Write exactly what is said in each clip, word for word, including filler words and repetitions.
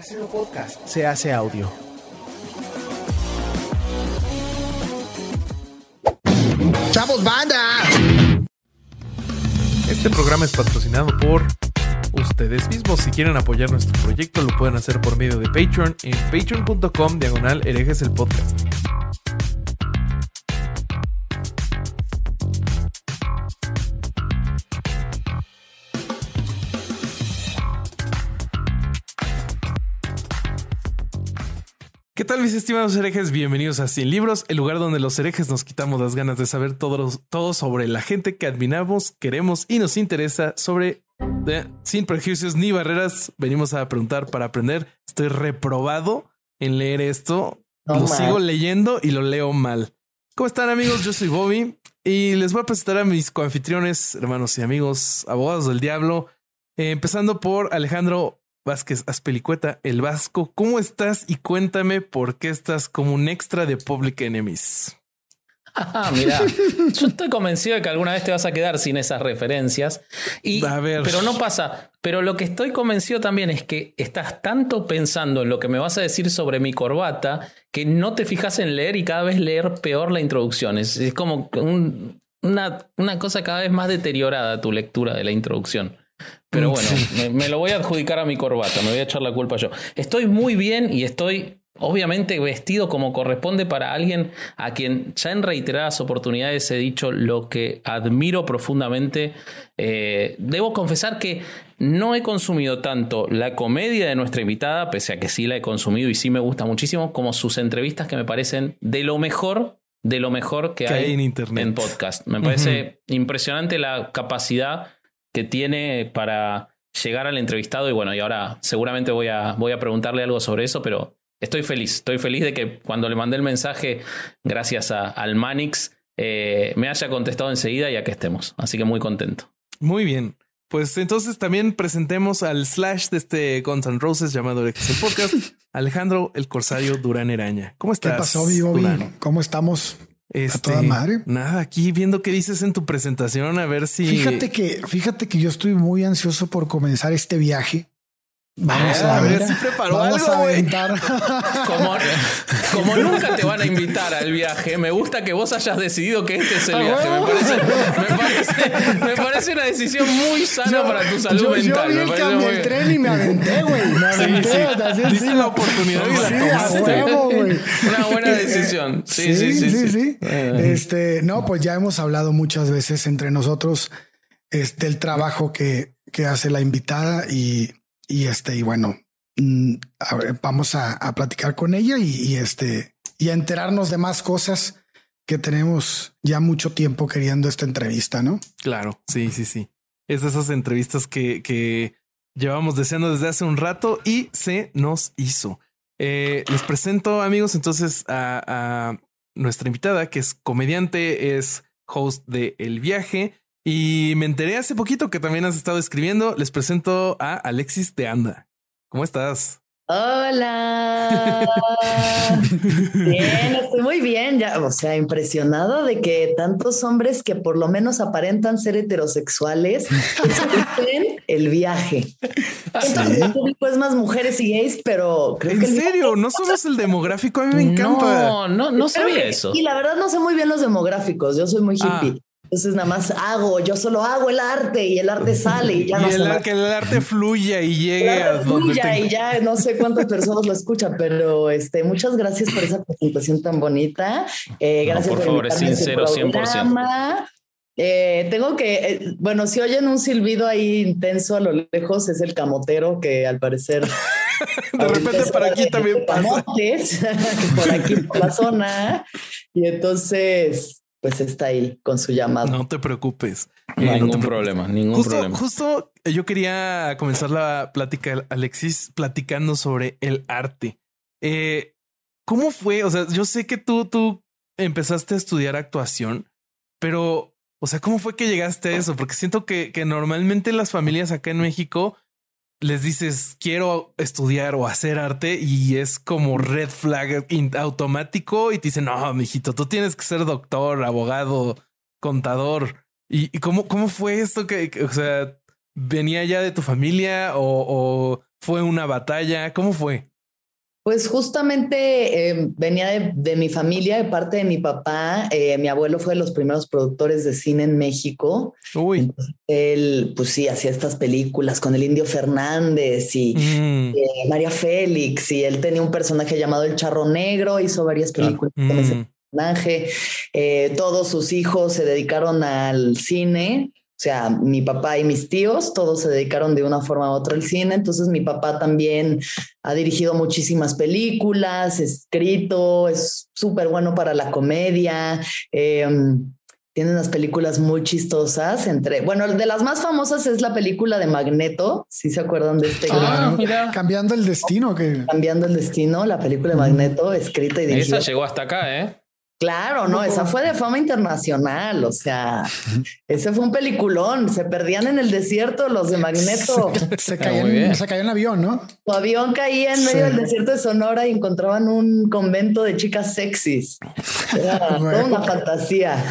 Casero Podcast se hace audio. ¡Chavos, banda! Este programa es patrocinado por ustedes mismos. Si quieren apoyar nuestro proyecto, lo pueden hacer por medio de Patreon en patreon.com diagonal herejes el podcast. ¿Qué tal, mis estimados herejes? Bienvenidos a Sin Libros, el lugar donde los herejes nos quitamos las ganas de saber todo, todo sobre la gente que admiramos, queremos y nos interesa sobre... De, sin prejuicios ni barreras, venimos a preguntar para aprender. Estoy reprobado en leer esto. No, lo man. sigo leyendo y lo leo mal. ¿Cómo están, amigos? Yo soy Bobby y les voy a presentar a mis coanfitriones, hermanos y amigos, abogados del diablo. Eh, empezando por Alejandro Vázquez Azpilicueta, el Vasco. ¿Cómo estás? Y cuéntame por qué estás como un extra de Public Enemies. Ah, mira, yo estoy convencido de que alguna vez te vas a quedar sin esas referencias. Y, a ver. Pero no pasa. Pero lo que estoy convencido también es que estás tanto pensando en lo que me vas a decir sobre mi corbata que no te fijas en leer y cada vez leer peor la introducción. Es, es como un, una, una cosa cada vez más deteriorada tu lectura de la introducción. Pero bueno, sí. me, me lo voy a adjudicar a mi corbata, me voy a echar la culpa yo. Estoy muy bien y estoy... obviamente vestido como corresponde para alguien a quien ya en reiteradas oportunidades he dicho lo que admiro profundamente. Eh, debo confesar que no he consumido tanto la comedia de nuestra invitada, pese a que sí la he consumido y sí me gusta muchísimo, como sus entrevistas, que me parecen de lo mejor, de lo mejor que, que hay, hay en internet, en podcast. Me parece uh-huh. impresionante la capacidad que tiene para llegar al entrevistado. Y bueno, y ahora seguramente voy a, voy a preguntarle algo sobre eso, pero... Estoy feliz, estoy feliz de que cuando le mandé el mensaje, gracias a, al Manix, eh, me haya contestado enseguida y aquí estemos. Así que muy contento. Muy bien. Pues entonces también presentemos al Slash de este Guns N' Roses llamado el Podcast, Alejandro el Corsario Durán Eraña. ¿Cómo estás? ¿Qué pasó, Bobby? ¿Cómo estamos? Este, a toda madre. Nada, aquí viendo qué dices en tu presentación, a ver si... Fíjate que, fíjate que yo estoy muy ansioso por comenzar este viaje. Vamos ah, a, a ver, ver si preparó vamos algo, a aventar. Como, como nunca te van a invitar al viaje, me gusta que vos hayas decidido que este es el viaje. Me parece, me parece, me parece una decisión muy sana yo, para tu salud yo, mental. Yo vi el cambio del tren y me aventé, güey. Me aventé. Sí, sí. Diste la oportunidad y la sí, tomaste. A huevo, güey. Una buena decisión. Sí, sí, sí. sí, sí, sí. sí. Este, no, pues ya hemos hablado muchas veces entre nosotros este, el trabajo que, que hace la invitada y, y este, y bueno. A ver, vamos a, a platicar con ella y, y este y a enterarnos de más cosas que tenemos ya mucho tiempo queriendo esta entrevista, ¿no? Claro, sí, sí, sí. Es de esas entrevistas que, que llevamos deseando desde hace un rato y se nos hizo. Eh, les presento, amigos, entonces a, a nuestra invitada, que es comediante, es host de El Viaje y me enteré hace poquito que también has estado escribiendo. Les presento a Alexis de Anda. ¿Cómo estás? Hola. Bien, estoy muy bien. Ya, o sea, impresionado de que tantos hombres que por lo menos aparentan ser heterosexuales escuchen El Viaje. Entonces, ¿sí? El público es más mujeres y gays, pero creo ¿En que serio? viaje... ¿No somos el demográfico? A mí me encanta. No, no, no sabía eso. Y la verdad no sé muy bien los demográficos. Yo soy muy hippie. Ah. Entonces nada más hago, yo solo hago el arte y el arte sale y ya y no el, sé. Que el arte fluya y llegue a donde fluya te... y ya no sé cuántas personas lo escuchan, pero este, muchas gracias por esa presentación tan bonita. Eh, gracias no, por, por favor, es sincero, cien por ciento. Eh, tengo que, eh, bueno, si oyen un silbido ahí intenso a lo lejos, es el camotero que al parecer... de repente para aquí también pasa. Por aquí, por la zona. Y entonces... pues está ahí con su llamado. No te preocupes. No, eh, ningún no problema, ningún justo, problema. Justo yo quería comenzar la plática, Alexis, platicando sobre el arte. Eh, ¿Cómo fue? O sea, yo sé que tú, tú empezaste a estudiar actuación, pero, o sea, ¿cómo fue que llegaste a eso? Porque siento que, que normalmente las familias acá en México les dices quiero estudiar o hacer arte y es como red flag automático y te dicen no, mijito, tú tienes que ser doctor, abogado, contador. ¿Y, y cómo, cómo fue esto que, que, o sea, venía ya de tu familia o, o ¿Fue una batalla? ¿Cómo fue? Pues justamente eh, venía de, de mi familia, de parte de mi papá. Eh, mi abuelo fue de los primeros productores de cine en México. Uy. Entonces, él, pues sí, hacía estas películas con el Indio Fernández y mm. eh, María Félix. Y él tenía un personaje llamado El Charro Negro. Hizo varias películas claro. con mm. ese personaje. Eh, todos sus hijos se dedicaron al cine. O sea, mi papá y mis tíos, todos se dedicaron de una forma u otra al cine. Entonces mi papá también ha dirigido muchísimas películas, escrito, es súper bueno para la comedia. Eh, tiene unas películas muy chistosas. Entre, bueno, de las más famosas es la película de Magneto. ¿Sí se acuerdan de este? Ah, mira. Cambiando el destino. Que... Cambiando el destino, la película de Magneto, escrita y dirigida. Esa llegó hasta acá, ¿eh? Claro, no, esa fue de fama internacional, o sea, ese fue un peliculón, se perdían en el desierto los de Magneto. Se, se, caían, se cayó en avión, ¿no? Su avión caía en medio sí. del desierto de Sonora y encontraban un convento de chicas sexys. Era toda una fantasía.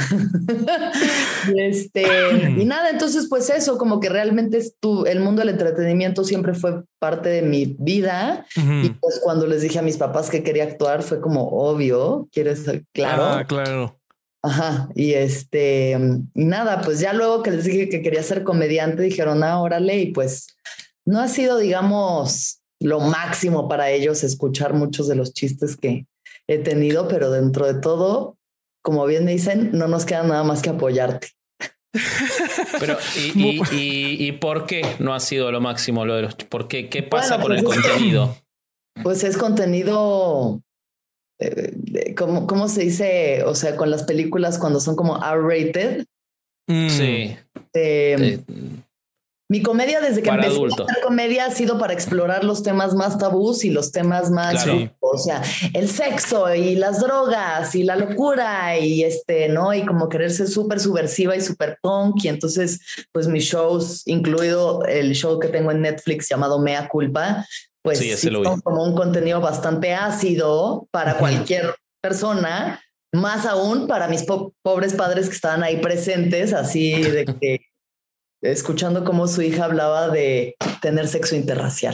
y, este, y nada, entonces pues eso, como que realmente es tu, el mundo del entretenimiento siempre fue parte de mi vida. Uh-huh. Y pues cuando les dije a mis papás que quería actuar fue como obvio, ¿quieres? Claro. Ah, claro. Ajá. Y este, y nada, pues ya luego que les dije que quería ser comediante, dijeron, ah, órale, y pues no ha sido, digamos, lo máximo para ellos escuchar muchos de los chistes que he tenido, pero dentro de todo, como bien me dicen, no nos queda nada más que apoyarte. Pero, ¿y, y, y, y por qué no ha sido lo máximo lo de los? ¿Por qué? ¿Qué pasa bueno, pues con el contenido? Que, pues es contenido... ¿Cómo, ¿Cómo se dice? O sea, con las películas cuando son como R-rated. Mm. Sí. Eh, sí. Mi comedia desde que para empecé adulto. a hacer comedia ha sido para explorar los temas más tabús y los temas más, claro. o sea, el sexo y las drogas y la locura y este, ¿no? Y como querer ser súper subversiva y súper punk. Y entonces, pues mis shows, incluido el show que tengo en Netflix llamado Mea Culpa, pues sí, sí son como un contenido bastante ácido para uh-huh. cualquier persona, más aún para mis po- pobres padres que estaban ahí presentes, así de que escuchando cómo su hija hablaba de tener sexo interracial.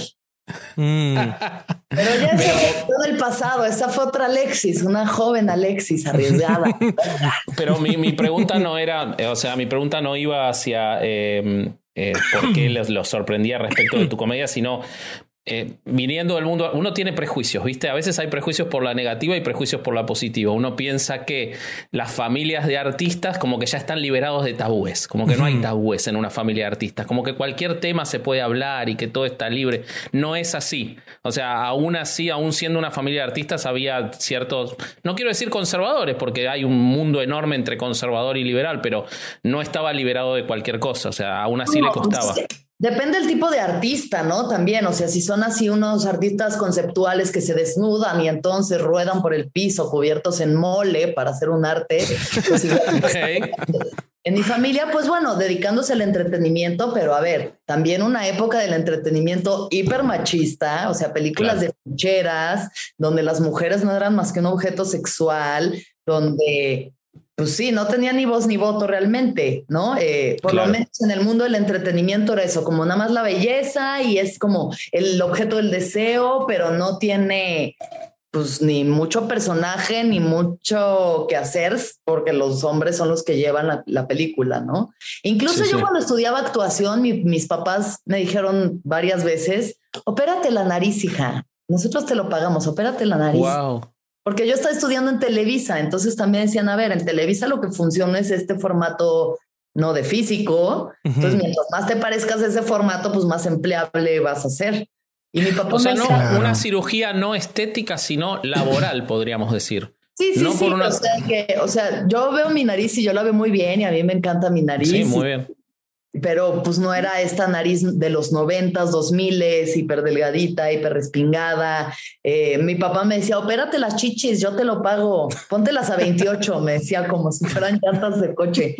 Mm. Pero ya ese fue todo el pasado, esa fue otra Alexis, una joven Alexis arriesgada. Pero mi, mi pregunta no era, o sea, mi pregunta no iba hacia eh, eh, por qué les lo sorprendía respecto de tu comedia, sino... Eh, viniendo del mundo, uno tiene prejuicios, ¿viste? A veces hay prejuicios por la negativa y prejuicios por la positiva. Uno piensa que las familias de artistas como que ya están liberados de tabúes, como que no hay tabúes en una familia de artistas, como que cualquier tema se puede hablar y que todo está libre. No es así. O sea, aún así, aún siendo una familia de artistas, había ciertos, no quiero decir conservadores, porque hay un mundo enorme entre conservador y liberal, pero no estaba liberado de cualquier cosa. O sea, aún así no, le costaba. Sí. Depende del tipo de artista, ¿no? También, o sea, si son así unos artistas conceptuales que se desnudan y entonces ruedan por el piso cubiertos en mole para hacer un arte, pues igual. Okay. En mi familia, pues bueno, dedicándose al entretenimiento, pero a ver, también una época del entretenimiento hiper machista, o sea, películas claro. de ficheras, donde las mujeres no eran más que un objeto sexual, donde... Pues sí, no tenía ni voz ni voto realmente, ¿no? Eh, por claro. lo menos en el mundo del entretenimiento era eso, como nada más la belleza y es como el objeto del deseo, pero no tiene pues ni mucho personaje ni mucho que hacer porque los hombres son los que llevan la, la película, ¿no? Incluso sí, yo sí. cuando estudiaba actuación, mi, mis papás me dijeron varias veces, opérate la nariz, hija, nosotros te lo pagamos, opérate la nariz. Wow. Porque yo estaba estudiando en Televisa, entonces también decían, a ver, en Televisa lo que funciona es este formato no de físico, uh-huh. entonces mientras más te parezcas a ese formato, pues más empleable vas a ser. Y mi papá o sea, me no decía, una cirugía no estética, sino laboral, podríamos decir. Sí, sí, no sí, por una... o, sea, que, o sea, yo veo mi nariz y yo la veo muy bien y a mí me encanta mi nariz. Sí, muy bien. Pero pues no era esta nariz de los noventas, dos miles, hiper delgadita, hiper respingada. Eh, mi papá me decía, opérate las chichis, yo te lo pago, póntelas a veintiocho, me decía como si fueran llantas de coche.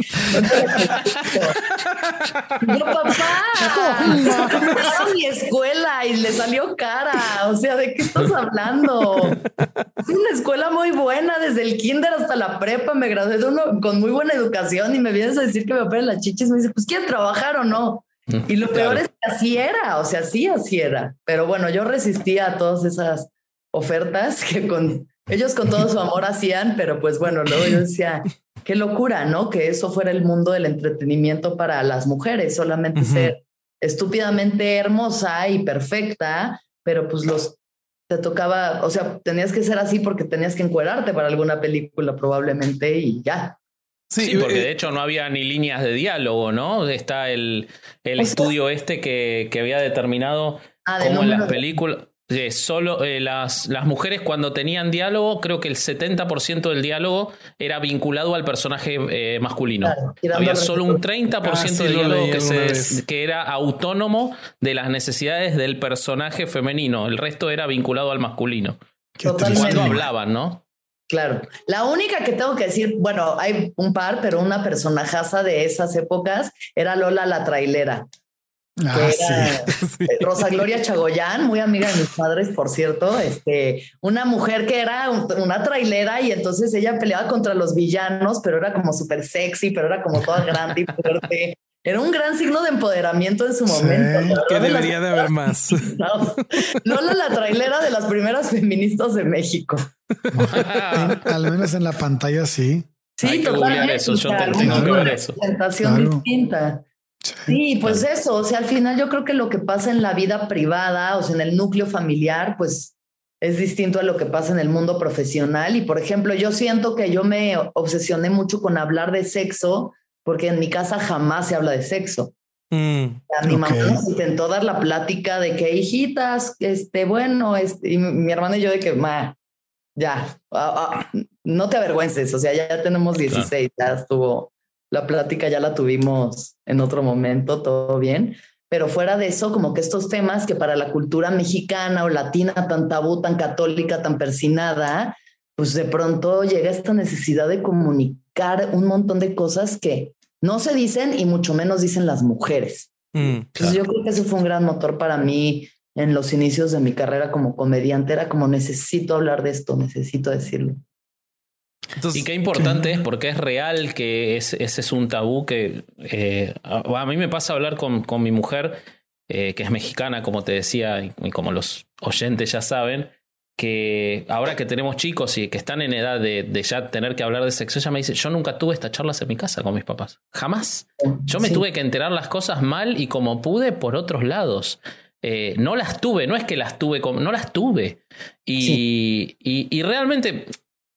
Yo, papá, a mi escuela y le salió cara, o sea, ¿de qué estás hablando? Es una escuela muy buena, desde el kinder hasta la prepa, me gradué de uno con muy buena educación y me vienes a decir que me operen las chichis, me dice, pues ¿quieres trabajar o no? Y lo peor claro. es que así era, o sea, sí, así era. Pero bueno, yo resistía a todas esas ofertas que con ellos con todo su amor hacían, pero pues bueno, luego yo decía, qué locura, ¿no? Que eso fuera el mundo del entretenimiento para las mujeres, solamente uh-huh. ser estúpidamente hermosa y perfecta, pero pues los te tocaba, o sea, tenías que ser así porque tenías que encuerarte para alguna película probablemente y ya. Sí, sí, porque de hecho no había ni líneas de diálogo, ¿no? Está el, el estudio sea, este que, que había determinado ah, de cómo en las películas... Eh, solo eh, las, las mujeres cuando tenían diálogo, creo que el setenta por ciento del diálogo era vinculado al personaje eh, masculino. Claro, había solo un treinta por ciento ah, sí, de diálogo que, se, que era autónomo de las necesidades del personaje femenino. El resto era vinculado al masculino. Cuando hablaban, ¿no? Claro. La única que tengo que decir, bueno, hay un par, pero una personajaza de esas épocas era Lola la trailera. Que ah, era sí, sí. Rosa Gloria Chagoyán, muy amiga de mis padres, por cierto, este, una mujer que era una trailera y entonces ella peleaba contra los villanos, pero era como súper sexy, pero era como toda grande y fuerte. Era un gran signo de empoderamiento en su momento. Sí, que debería de haber más. Lola la trailera de las primeras feministas de México. Al menos en la pantalla sí. Sí, hay que googlear eso, yo tengo claro, que ver eso. Presentación claro. distinta. Sí, pues eso, o sea, al final yo creo que lo que pasa en la vida privada, o sea, en el núcleo familiar, pues es distinto a lo que pasa en el mundo profesional. Y, por ejemplo, yo siento que yo me obsesioné mucho con hablar de sexo, porque en mi casa jamás se habla de sexo. Mm, a mi okay. mamá nos intentó dar la plática de que, hijitas, este, bueno, este, y mi hermano y yo de que, ma, ya, uh, uh, no te avergüences, o sea, ya, ya tenemos dieciséis, claro. ya estuvo... La plática ya la tuvimos en otro momento, todo bien. Pero fuera de eso, como que estos temas que para la cultura mexicana o latina tan tabú, tan católica, tan persinada, pues de pronto llega esta necesidad de comunicar un montón de cosas que no se dicen y mucho menos dicen las mujeres. Mm, claro. Entonces yo creo que eso fue un gran motor para mí en los inicios de mi carrera como comediante. Era como necesito hablar de esto, necesito decirlo. Entonces, y qué importante ¿qué? es porque es real que es, ese es un tabú que eh, a, a mí me pasa hablar con, con mi mujer, eh, que es mexicana, como te decía, y, y como los oyentes ya saben, que ahora que tenemos chicos y que están en edad de, de ya tener que hablar de sexo, ella me dice, yo nunca tuve estas charlas en mi casa con mis papás, jamás. Yo me sí. tuve que enterar las cosas mal y como pude por otros lados. Eh, no las tuve, no es que las tuve, no las tuve. Y, sí. y, y realmente...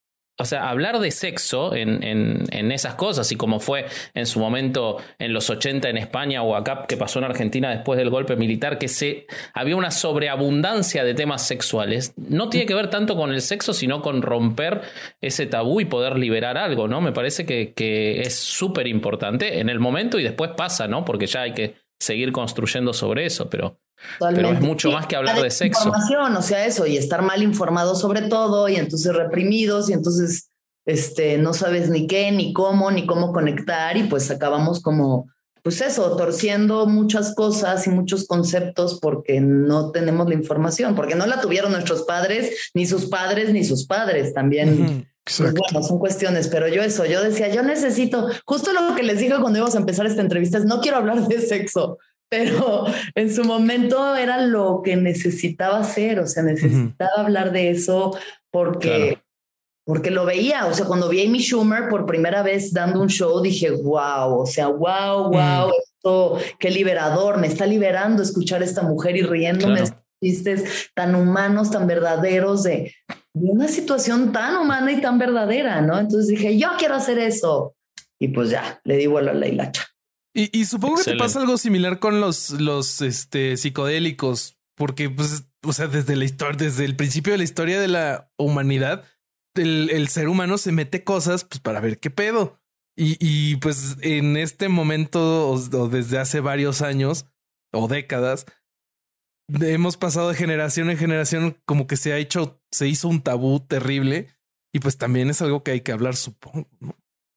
O sea, hablar de sexo en, en, en esas cosas y como fue en su momento en los ochenta en España o acá que pasó en Argentina después del golpe militar, que se había una sobreabundancia de temas sexuales, no tiene que ver tanto con el sexo, sino con romper ese tabú y poder liberar algo, ¿no? Me parece que, que es súper importante en el momento y después pasa, ¿no? Porque ya hay que seguir construyendo sobre eso, pero... Totalmente. Pero es mucho más que hablar de sexo. Información, o sea, eso, y estar mal informado sobre todo, y entonces reprimidos, y entonces este, no sabes ni qué, ni cómo, ni cómo conectar, y pues acabamos como, pues eso, torciendo muchas cosas y muchos conceptos porque no tenemos la información, porque no la tuvieron nuestros padres, ni sus padres, ni sus padres también. Uh-huh. Pues bueno, son cuestiones, pero yo eso, yo decía, yo necesito, justo lo que les dije cuando íbamos a empezar esta entrevista es, no quiero hablar de sexo, pero en su momento era lo que necesitaba hacer, o sea, necesitaba uh-huh. hablar de eso porque, claro. porque lo veía, o sea, cuando vi a Amy Schumer por primera vez dando un show, dije, wow, o sea, wow, wow, uh-huh. esto, qué liberador, me está liberando escuchar a esta mujer y riéndome claro. de chistes tan humanos, tan verdaderos, de, de una situación tan humana y tan verdadera, ¿no? Entonces dije, yo quiero hacer eso, y pues ya, le di vuelo a la hilacha. Y, y supongo Excelente. que te pasa algo similar con los, los este, psicodélicos, porque, pues, o sea, desde la historia, desde el principio de la historia de la humanidad, el, el ser humano se mete cosas pues, para ver qué pedo. Y, y pues en este momento, o, o desde hace varios años o décadas, hemos pasado de generación en generación, como que se ha hecho, se hizo un tabú terrible, y pues también es algo que hay que hablar, supongo, ¿no?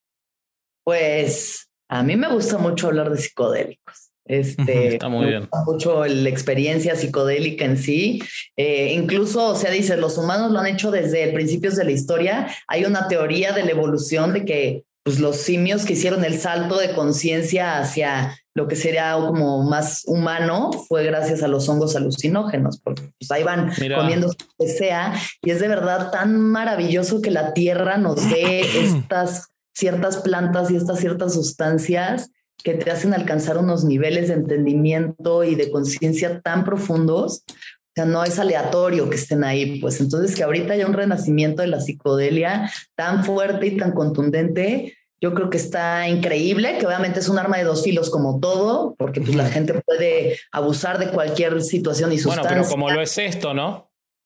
Pues a mí me gusta mucho hablar de psicodélicos. Este, Está muy me bien. gusta mucho la experiencia psicodélica en sí. Eh, incluso, o sea, dice, los humanos lo han hecho desde principios de la historia. Hay una teoría de la evolución de que pues, los simios que hicieron el salto de conciencia hacia lo que sería como más humano fue gracias a los hongos alucinógenos, porque pues ahí van Mira. comiendo lo que sea, y es de verdad tan maravilloso que la tierra nos dé estas ciertas plantas y estas ciertas sustancias que te hacen alcanzar unos niveles de entendimiento y de conciencia tan profundos. O sea, no es aleatorio que estén ahí, pues entonces que ahorita haya un renacimiento de la psicodelia tan fuerte y tan contundente, yo creo que está increíble, que obviamente es un arma de dos filos como todo, porque pues la gente puede abusar de cualquier situación y sustancia. Bueno, pero como lo es esto, ¿no?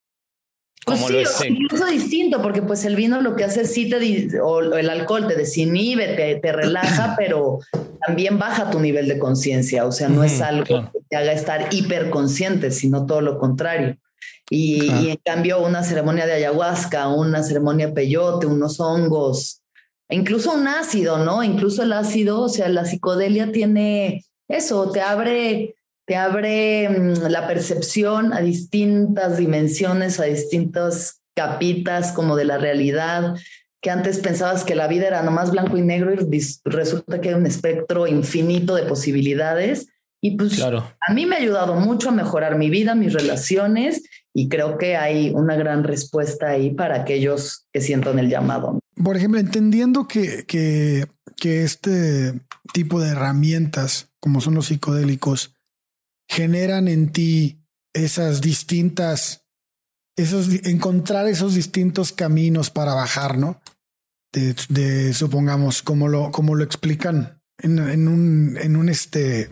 Pues como sí, lo es incluso distinto, porque pues el vino lo que hace es sí te, o el alcohol te desinhibe, te, te relaja, pero también baja tu nivel de conciencia, o sea, no es algo claro. que te haga estar hiperconsciente, sino todo lo contrario. Y, claro. y en cambio una ceremonia de ayahuasca, una ceremonia de peyote, unos hongos, incluso un ácido, ¿no? Incluso el ácido, o sea, la psicodelia tiene eso, te abre, te abre mmm, la percepción a distintas dimensiones, a distintas capitas como de la realidad, que antes pensabas que la vida era nomás blanco y negro y resulta que hay un espectro infinito de posibilidades. Y pues claro. a mí me ha ayudado mucho a mejorar mi vida, mis relaciones, y creo que hay una gran respuesta ahí para aquellos que sientan el llamado. Por ejemplo, entendiendo que, que, que este tipo de herramientas, como son los psicodélicos, generan en ti esas distintas, esos, encontrar esos distintos caminos para bajar, ¿no? De, de supongamos, como lo, como lo explican en, en un, en un este,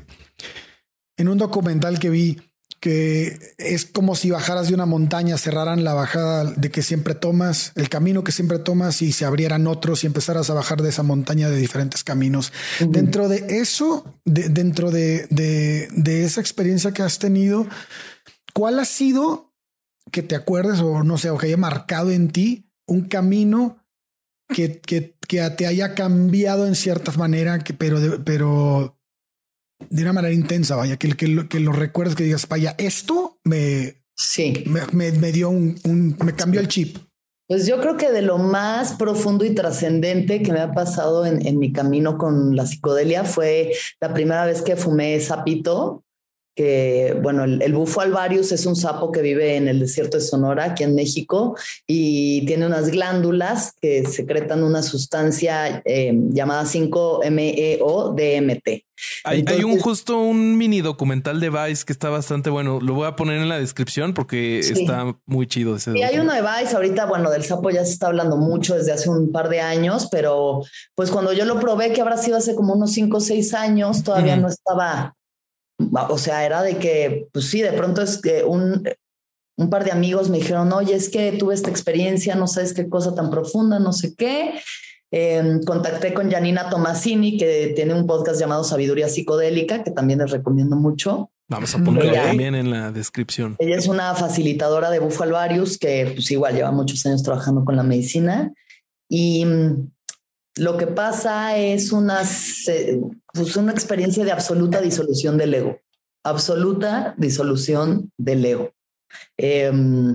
en un documental que vi, que es como si bajaras de una montaña, cerraran la bajada de que siempre tomas, el camino que siempre tomas, y se abrieran otros y empezaras a bajar de esa montaña de diferentes caminos. Uh-huh. Dentro de eso, de, dentro de, de, de esa experiencia que has tenido, ¿cuál ha sido, que te acuerdes o no sé, o que haya marcado en ti un camino que, que, que te haya cambiado en cierta manera, que, pero, de, pero de una manera intensa, vaya, que, que, que lo recuerdes, que digas, vaya, esto me, sí. me, me, me dio un, un, me cambió el chip? Pues yo creo que de lo más profundo y trascendente que me ha pasado en, en mi camino con la psicodelia fue la primera vez que fumé sapito, que bueno, el, el bufo alvarius es un sapo que vive en el desierto de Sonora, aquí en México, y tiene unas glándulas que secretan una sustancia eh, llamada cinco M E O D M T. Hay, Entonces, hay un justo un mini documental de Vice que está bastante bueno. Lo voy a poner en la descripción porque sí. está muy chido ese. Y hay uno de Vice ahorita, bueno, del sapo ya se está hablando mucho desde hace un par de años, pero pues cuando yo lo probé, que habrá sido hace como unos cinco o seis años, todavía uh-huh. no estaba. O sea, era de que, pues sí, de pronto es que un, un par de amigos me dijeron, oye, es que tuve esta experiencia, no sabes qué cosa tan profunda, no sé qué. Eh, contacté con Janina Tomasini, que tiene un podcast llamado Sabiduría Psicodélica, que también les recomiendo mucho. Vamos a ponerlo ella, también en la descripción. Ella es una facilitadora de bufo alvarius que pues igual lleva muchos años trabajando con la medicina. Y lo que pasa es una, pues una experiencia de absoluta disolución del ego. Absoluta disolución del ego. Eh,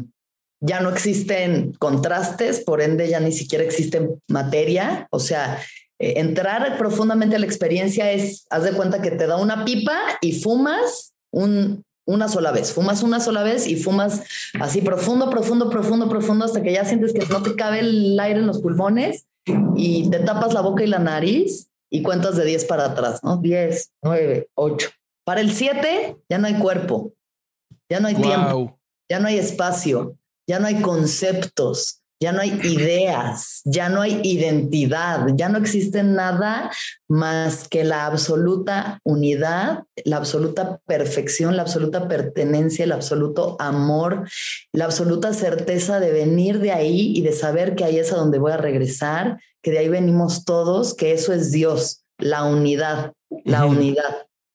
ya no existen contrastes, por ende ya ni siquiera existe materia. O sea, eh, entrar profundamente a la experiencia es, haz de cuenta que te da una pipa y fumas un, una sola vez. Fumas una sola vez y fumas así profundo, profundo, profundo, profundo, hasta que ya sientes que no te cabe el aire en los pulmones. Y te tapas la boca y la nariz y cuentas de diez para atrás, ¿no? diez, nueve, ocho. Para el siete ya no hay cuerpo, ya no hay wow. tiempo, ya no hay espacio, ya no hay conceptos, ya no hay ideas, ya no hay identidad, ya no existe nada más que la absoluta unidad, la absoluta perfección, la absoluta pertenencia, el absoluto amor, la absoluta certeza de venir de ahí y de saber que ahí es a donde voy a regresar, que de ahí venimos todos, que eso es Dios, la unidad, la uh-huh. unidad.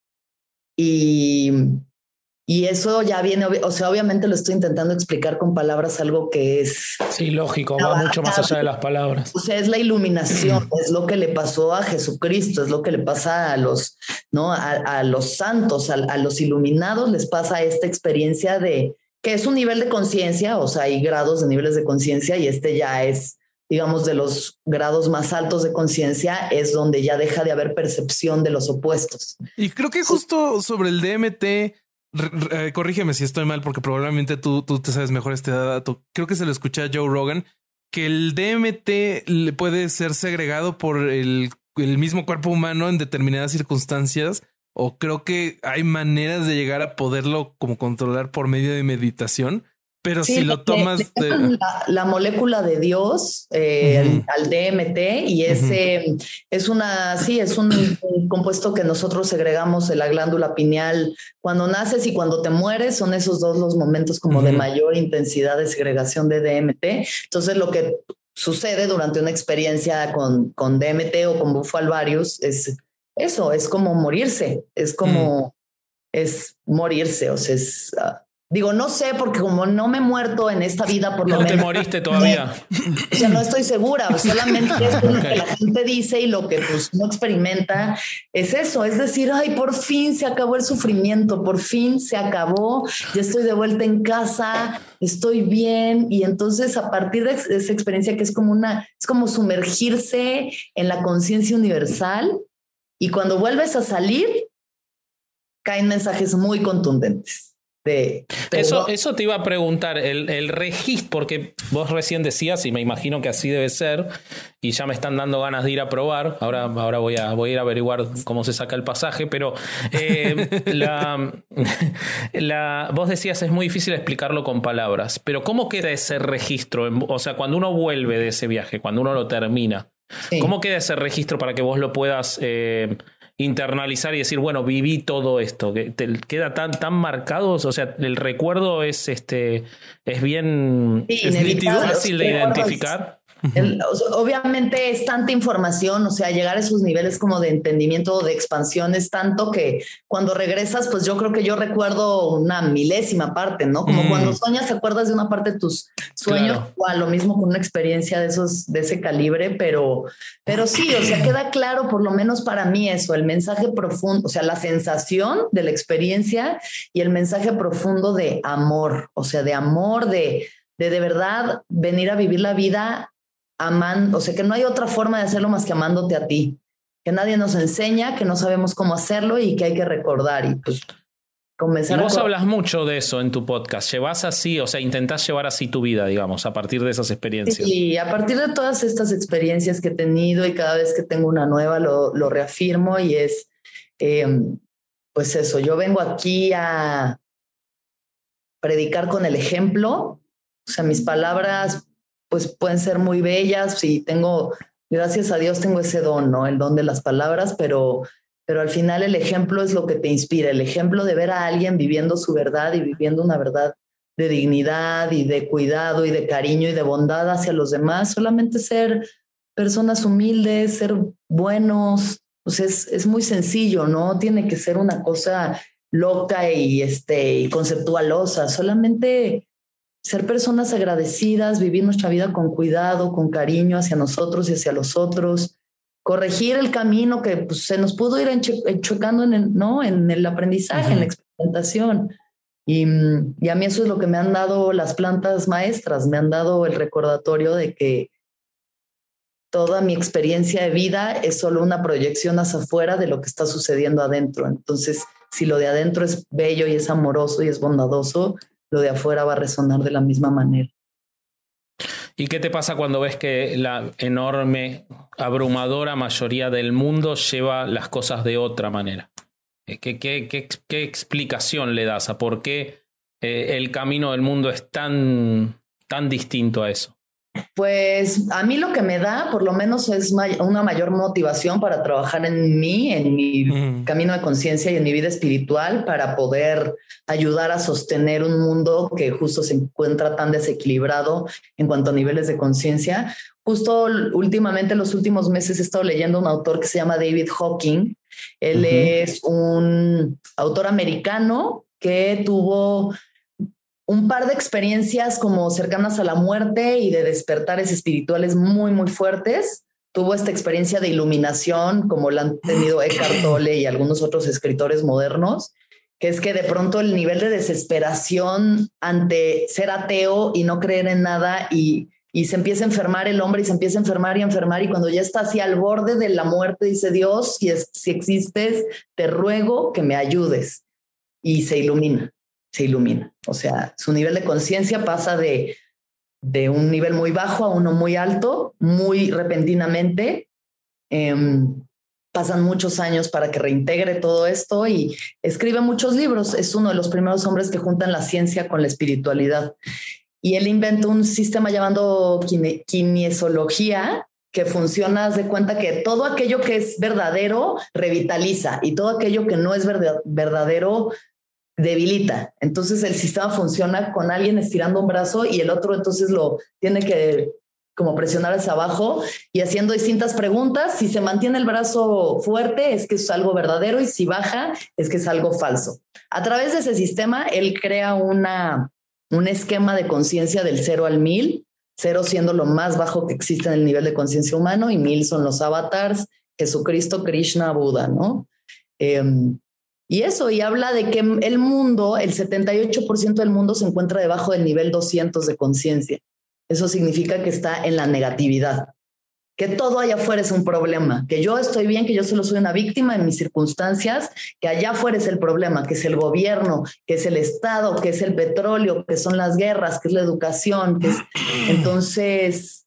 Y... Y eso ya viene, o sea, obviamente lo estoy intentando explicar con palabras, algo que es... Sí, lógico, va mucho más allá de las palabras. O sea, es la iluminación, es lo que le pasó a Jesucristo, es lo que le pasa a los, ¿no? A, a los santos, a, a los iluminados les pasa esta experiencia de que es un nivel de conciencia, o sea, hay grados de niveles de conciencia y este ya es digamos, de los grados más altos de conciencia, es donde ya deja de haber percepción de los opuestos. Y creo que justo sobre el D M T, r- r- corrígeme si estoy mal, porque probablemente tú, tú te sabes mejor este dato. Creo que se lo escuché a Joe Rogan, que el D M T le puede ser segregado por el, el mismo cuerpo humano en determinadas circunstancias, o creo que hay maneras de llegar a poderlo como controlar por medio de meditación. Pero sí, si lo tomas le, le de la, la molécula de Dios eh, uh-huh. al, al D M T y ese uh-huh. es una, sí, es un, un compuesto que nosotros segregamos de la glándula pineal cuando naces y cuando te mueres. Son esos dos los momentos como uh-huh. de mayor intensidad de segregación de D M T. Entonces lo que sucede durante una experiencia con, con D M T o con bufo alvarius es eso, es como morirse, es como, uh-huh. es morirse, o sea, es... Uh, Digo, no sé, porque como no me he muerto en esta vida, por lo no menos... No te moriste todavía. O sea, no estoy segura. Solamente es lo que la gente dice y lo que pues no experimenta es eso. Es decir, ay, por fin se acabó el sufrimiento, por fin se acabó, ya estoy de vuelta en casa, estoy bien. Y entonces a partir de esa experiencia que es como una... Es como sumergirse en la conciencia universal y cuando vuelves a salir, caen mensajes muy contundentes. De, de eso, eso te iba a preguntar, el, el registro, porque vos recién decías, y me imagino que así debe ser, y ya me están dando ganas de ir a probar, ahora, ahora voy, a, voy a ir a averiguar cómo se saca el pasaje, pero eh, la, la, vos decías es muy difícil explicarlo con palabras, pero ¿cómo queda ese registro? O sea, cuando uno vuelve de ese viaje, cuando uno lo termina, sí. ¿Cómo queda ese registro para que vos lo puedas... Eh, internalizar y decir, bueno, viví todo esto, que te queda tan, tan marcado, o sea, el recuerdo es este es bien sí, es nítido, fácil de identificar. El, o sea, obviamente es tanta información, o sea, llegar a esos niveles como de entendimiento o de expansión es tanto que cuando regresas, pues yo creo que yo recuerdo una milésima parte, ¿no? Como mm. cuando sueñas, te acuerdas de una parte de tus sueños, claro. O a lo mismo con una experiencia de esos, de ese calibre, pero, pero sí, o sea, queda claro, por lo menos para mí eso, el mensaje profundo, o sea, la sensación de la experiencia y el mensaje profundo de amor, o sea, de amor, de de, de verdad venir a vivir la vida amando, o sea, que no hay otra forma de hacerlo más que amándote a ti, que nadie nos enseña, que no sabemos cómo hacerlo y que hay que recordar y pues comenzar y vos a... hablas mucho de eso en tu podcast, llevas así, o sea, intentás llevar así tu vida, digamos, a partir de esas experiencias. Sí, a partir de todas estas experiencias que he tenido y cada vez que tengo una nueva lo, lo reafirmo y es, eh, pues eso, yo vengo aquí a predicar con el ejemplo, o sea, mis palabras pues pueden ser muy bellas y tengo, gracias a Dios tengo ese don, ¿no? El don de las palabras, pero, pero al final el ejemplo es lo que te inspira, el ejemplo de ver a alguien viviendo su verdad y viviendo una verdad de dignidad y de cuidado y de cariño y de bondad hacia los demás, solamente ser personas humildes, ser buenos, pues es, es muy sencillo, no tiene que ser una cosa loca y, este, y conceptualosa, solamente... ser personas agradecidas, vivir nuestra vida con cuidado, con cariño hacia nosotros y hacia los otros, corregir el camino que pues, se nos pudo ir enchocando en el, ¿no? en el aprendizaje, uh-huh. en la experimentación. Y, y a mí eso es lo que me han dado las plantas maestras, me han dado el recordatorio de que toda mi experiencia de vida es solo una proyección hacia afuera de lo que está sucediendo adentro. Entonces, si lo de adentro es bello y es amoroso y es bondadoso, lo de afuera va a resonar de la misma manera. ¿Y qué te pasa cuando ves que la enorme, abrumadora mayoría del mundo lleva las cosas de otra manera? ¿Qué, qué, qué, qué explicación le das a por qué eh, el camino del mundo es tan, tan distinto a eso? Pues a mí lo que me da, por lo menos, es may- una mayor motivación para trabajar en mí, en mi mm. camino de conciencia y en mi vida espiritual, para poder ayudar a sostener un mundo que justo se encuentra tan desequilibrado en cuanto a niveles de conciencia. Justo últimamente, en los últimos meses, he estado leyendo a un autor que se llama David Hawking. Él uh-huh. es un autor americano que tuvo un par de experiencias como cercanas a la muerte y de despertares espirituales muy, muy fuertes. Tuvo esta experiencia de iluminación, como la han tenido Eckhart Tolle y algunos otros escritores modernos, que es que de pronto el nivel de desesperación ante ser ateo y no creer en nada y y se empieza a enfermar el hombre y se empieza a enfermar y a enfermar y cuando ya está así al borde de la muerte dice Dios, si, es, si existes, te ruego que me ayudes y se ilumina, se ilumina. O sea, su nivel de conciencia pasa de, de un nivel muy bajo a uno muy alto, muy repentinamente. Eh, pasan muchos años para que reintegre todo esto y escribe muchos libros. Es uno de los primeros hombres que juntan la ciencia con la espiritualidad. Y él inventó un sistema llamado kine- kinesiología que funciona, haz de cuenta que todo aquello que es verdadero revitaliza y todo aquello que no es verdad- verdadero debilita. Entonces el sistema funciona con alguien estirando un brazo y el otro entonces lo tiene que como presionar hacia abajo y haciendo distintas preguntas. Si se mantiene el brazo fuerte es que es algo verdadero y si baja es que es algo falso. A través de ese sistema él crea una, un esquema de conciencia del cero al mil, cero siendo lo más bajo que existe en el nivel de conciencia humano y mil son los avatars, Jesucristo, Krishna, Buda, ¿no? Eh, y eso, y habla de que el mundo, el setenta y ocho por ciento del mundo se encuentra debajo del nivel doscientos de conciencia. Eso significa que está en la negatividad, que todo allá afuera es un problema, que yo estoy bien, que yo solo soy una víctima en mis circunstancias, que allá afuera es el problema, que es el gobierno, que es el Estado, que es el petróleo, que son las guerras, que es la educación, que es... Entonces,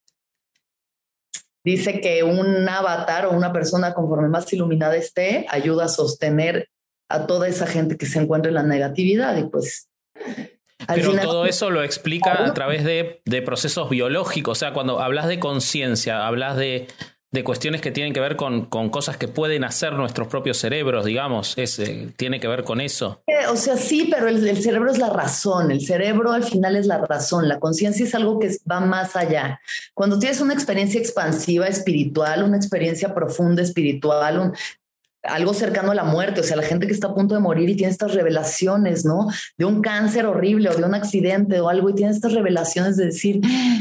dice que un avatar o una persona conforme más iluminada esté, ayuda a sostener a toda esa gente que se encuentra en la negatividad y pues... Pero final, todo eso lo explica a través de, de procesos biológicos. O sea, cuando hablas de conciencia, hablas de, de cuestiones que tienen que ver con, con cosas que pueden hacer nuestros propios cerebros, digamos. Es, eh, tiene que ver con eso. O sea, sí, pero el, el cerebro es la razón. El cerebro al final es la razón. La conciencia es algo que va más allá. Cuando tienes una experiencia expansiva espiritual, una experiencia profunda espiritual, un... algo cercano a la muerte, o sea, la gente que está a punto de morir y tiene estas revelaciones, ¿no? De un cáncer horrible o de un accidente o algo y tiene estas revelaciones de decir,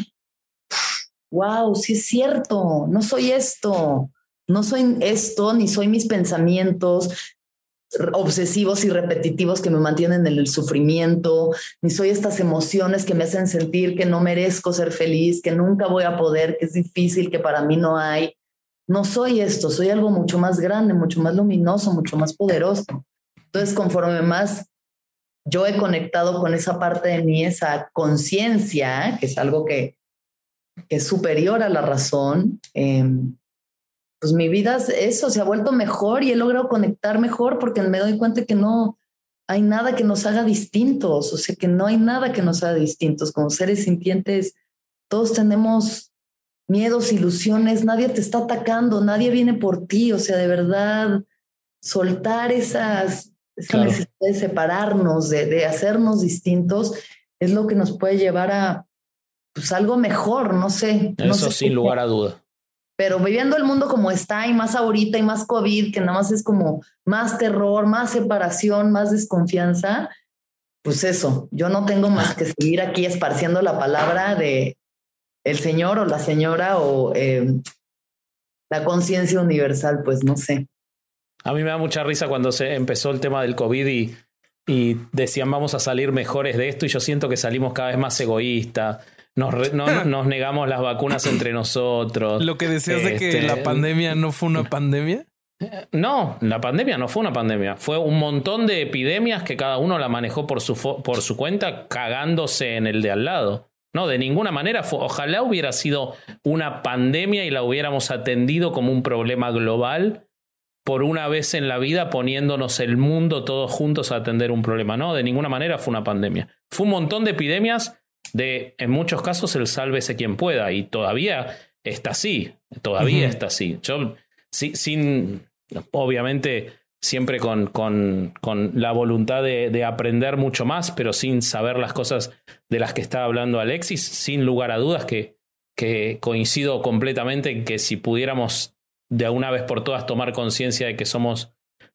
wow, sí es cierto, no soy esto, no soy esto, ni soy mis pensamientos obsesivos y repetitivos que me mantienen en el sufrimiento, ni soy estas emociones que me hacen sentir que no merezco ser feliz, que nunca voy a poder, que es difícil, que para mí no hay. No soy esto, soy algo mucho más grande, mucho más luminoso, mucho más poderoso. Entonces, conforme más yo he conectado con esa parte de mí, esa conciencia, que es algo que, que es superior a la razón, eh, pues mi vida, eso se ha vuelto mejor y he logrado conectar mejor porque me doy cuenta que no hay nada que nos haga distintos, o sea, que no hay nada que nos haga distintos. Como seres sintientes, todos tenemos... miedos, ilusiones, nadie te está atacando, nadie viene por ti, o sea, de verdad, soltar esas, esa claro. necesidad de separarnos, de, de hacernos distintos, es lo que nos puede llevar a pues, algo mejor, no sé. Eso no sé sin lugar a duda. Pero viviendo el mundo como está y más ahorita y más COVID, que nada más es como más terror, más separación, más desconfianza, pues eso, yo no tengo más que seguir aquí esparciendo la palabra de el señor o la señora o eh, la conciencia universal, pues no sé. A mí me da mucha risa cuando se empezó el tema del COVID y, y decían vamos a salir mejores de esto y yo siento que salimos cada vez más egoístas. Nos, re, no, nos negamos las vacunas entre nosotros. Lo que decías este, de que la pandemia no fue una pandemia. No, la pandemia no fue una pandemia. Fue un montón de epidemias que cada uno la manejó por su, por su cuenta cagándose en el de al lado. No, de ninguna manera. Fue, ojalá hubiera sido una pandemia y la hubiéramos atendido como un problema global por una vez en la vida poniéndonos el mundo todos juntos a atender un problema. No, de ninguna manera fue una pandemia. Fue un montón de epidemias de, en muchos casos, el sálvese quien pueda. Y todavía está así. Todavía uh-huh. está así. Yo, si, sin, obviamente... siempre con, con, con la voluntad de, de aprender mucho más, pero sin saber las cosas de las que estaba hablando Alexis, sin lugar a dudas que, que coincido completamente en que si pudiéramos de una vez por todas tomar conciencia de que somos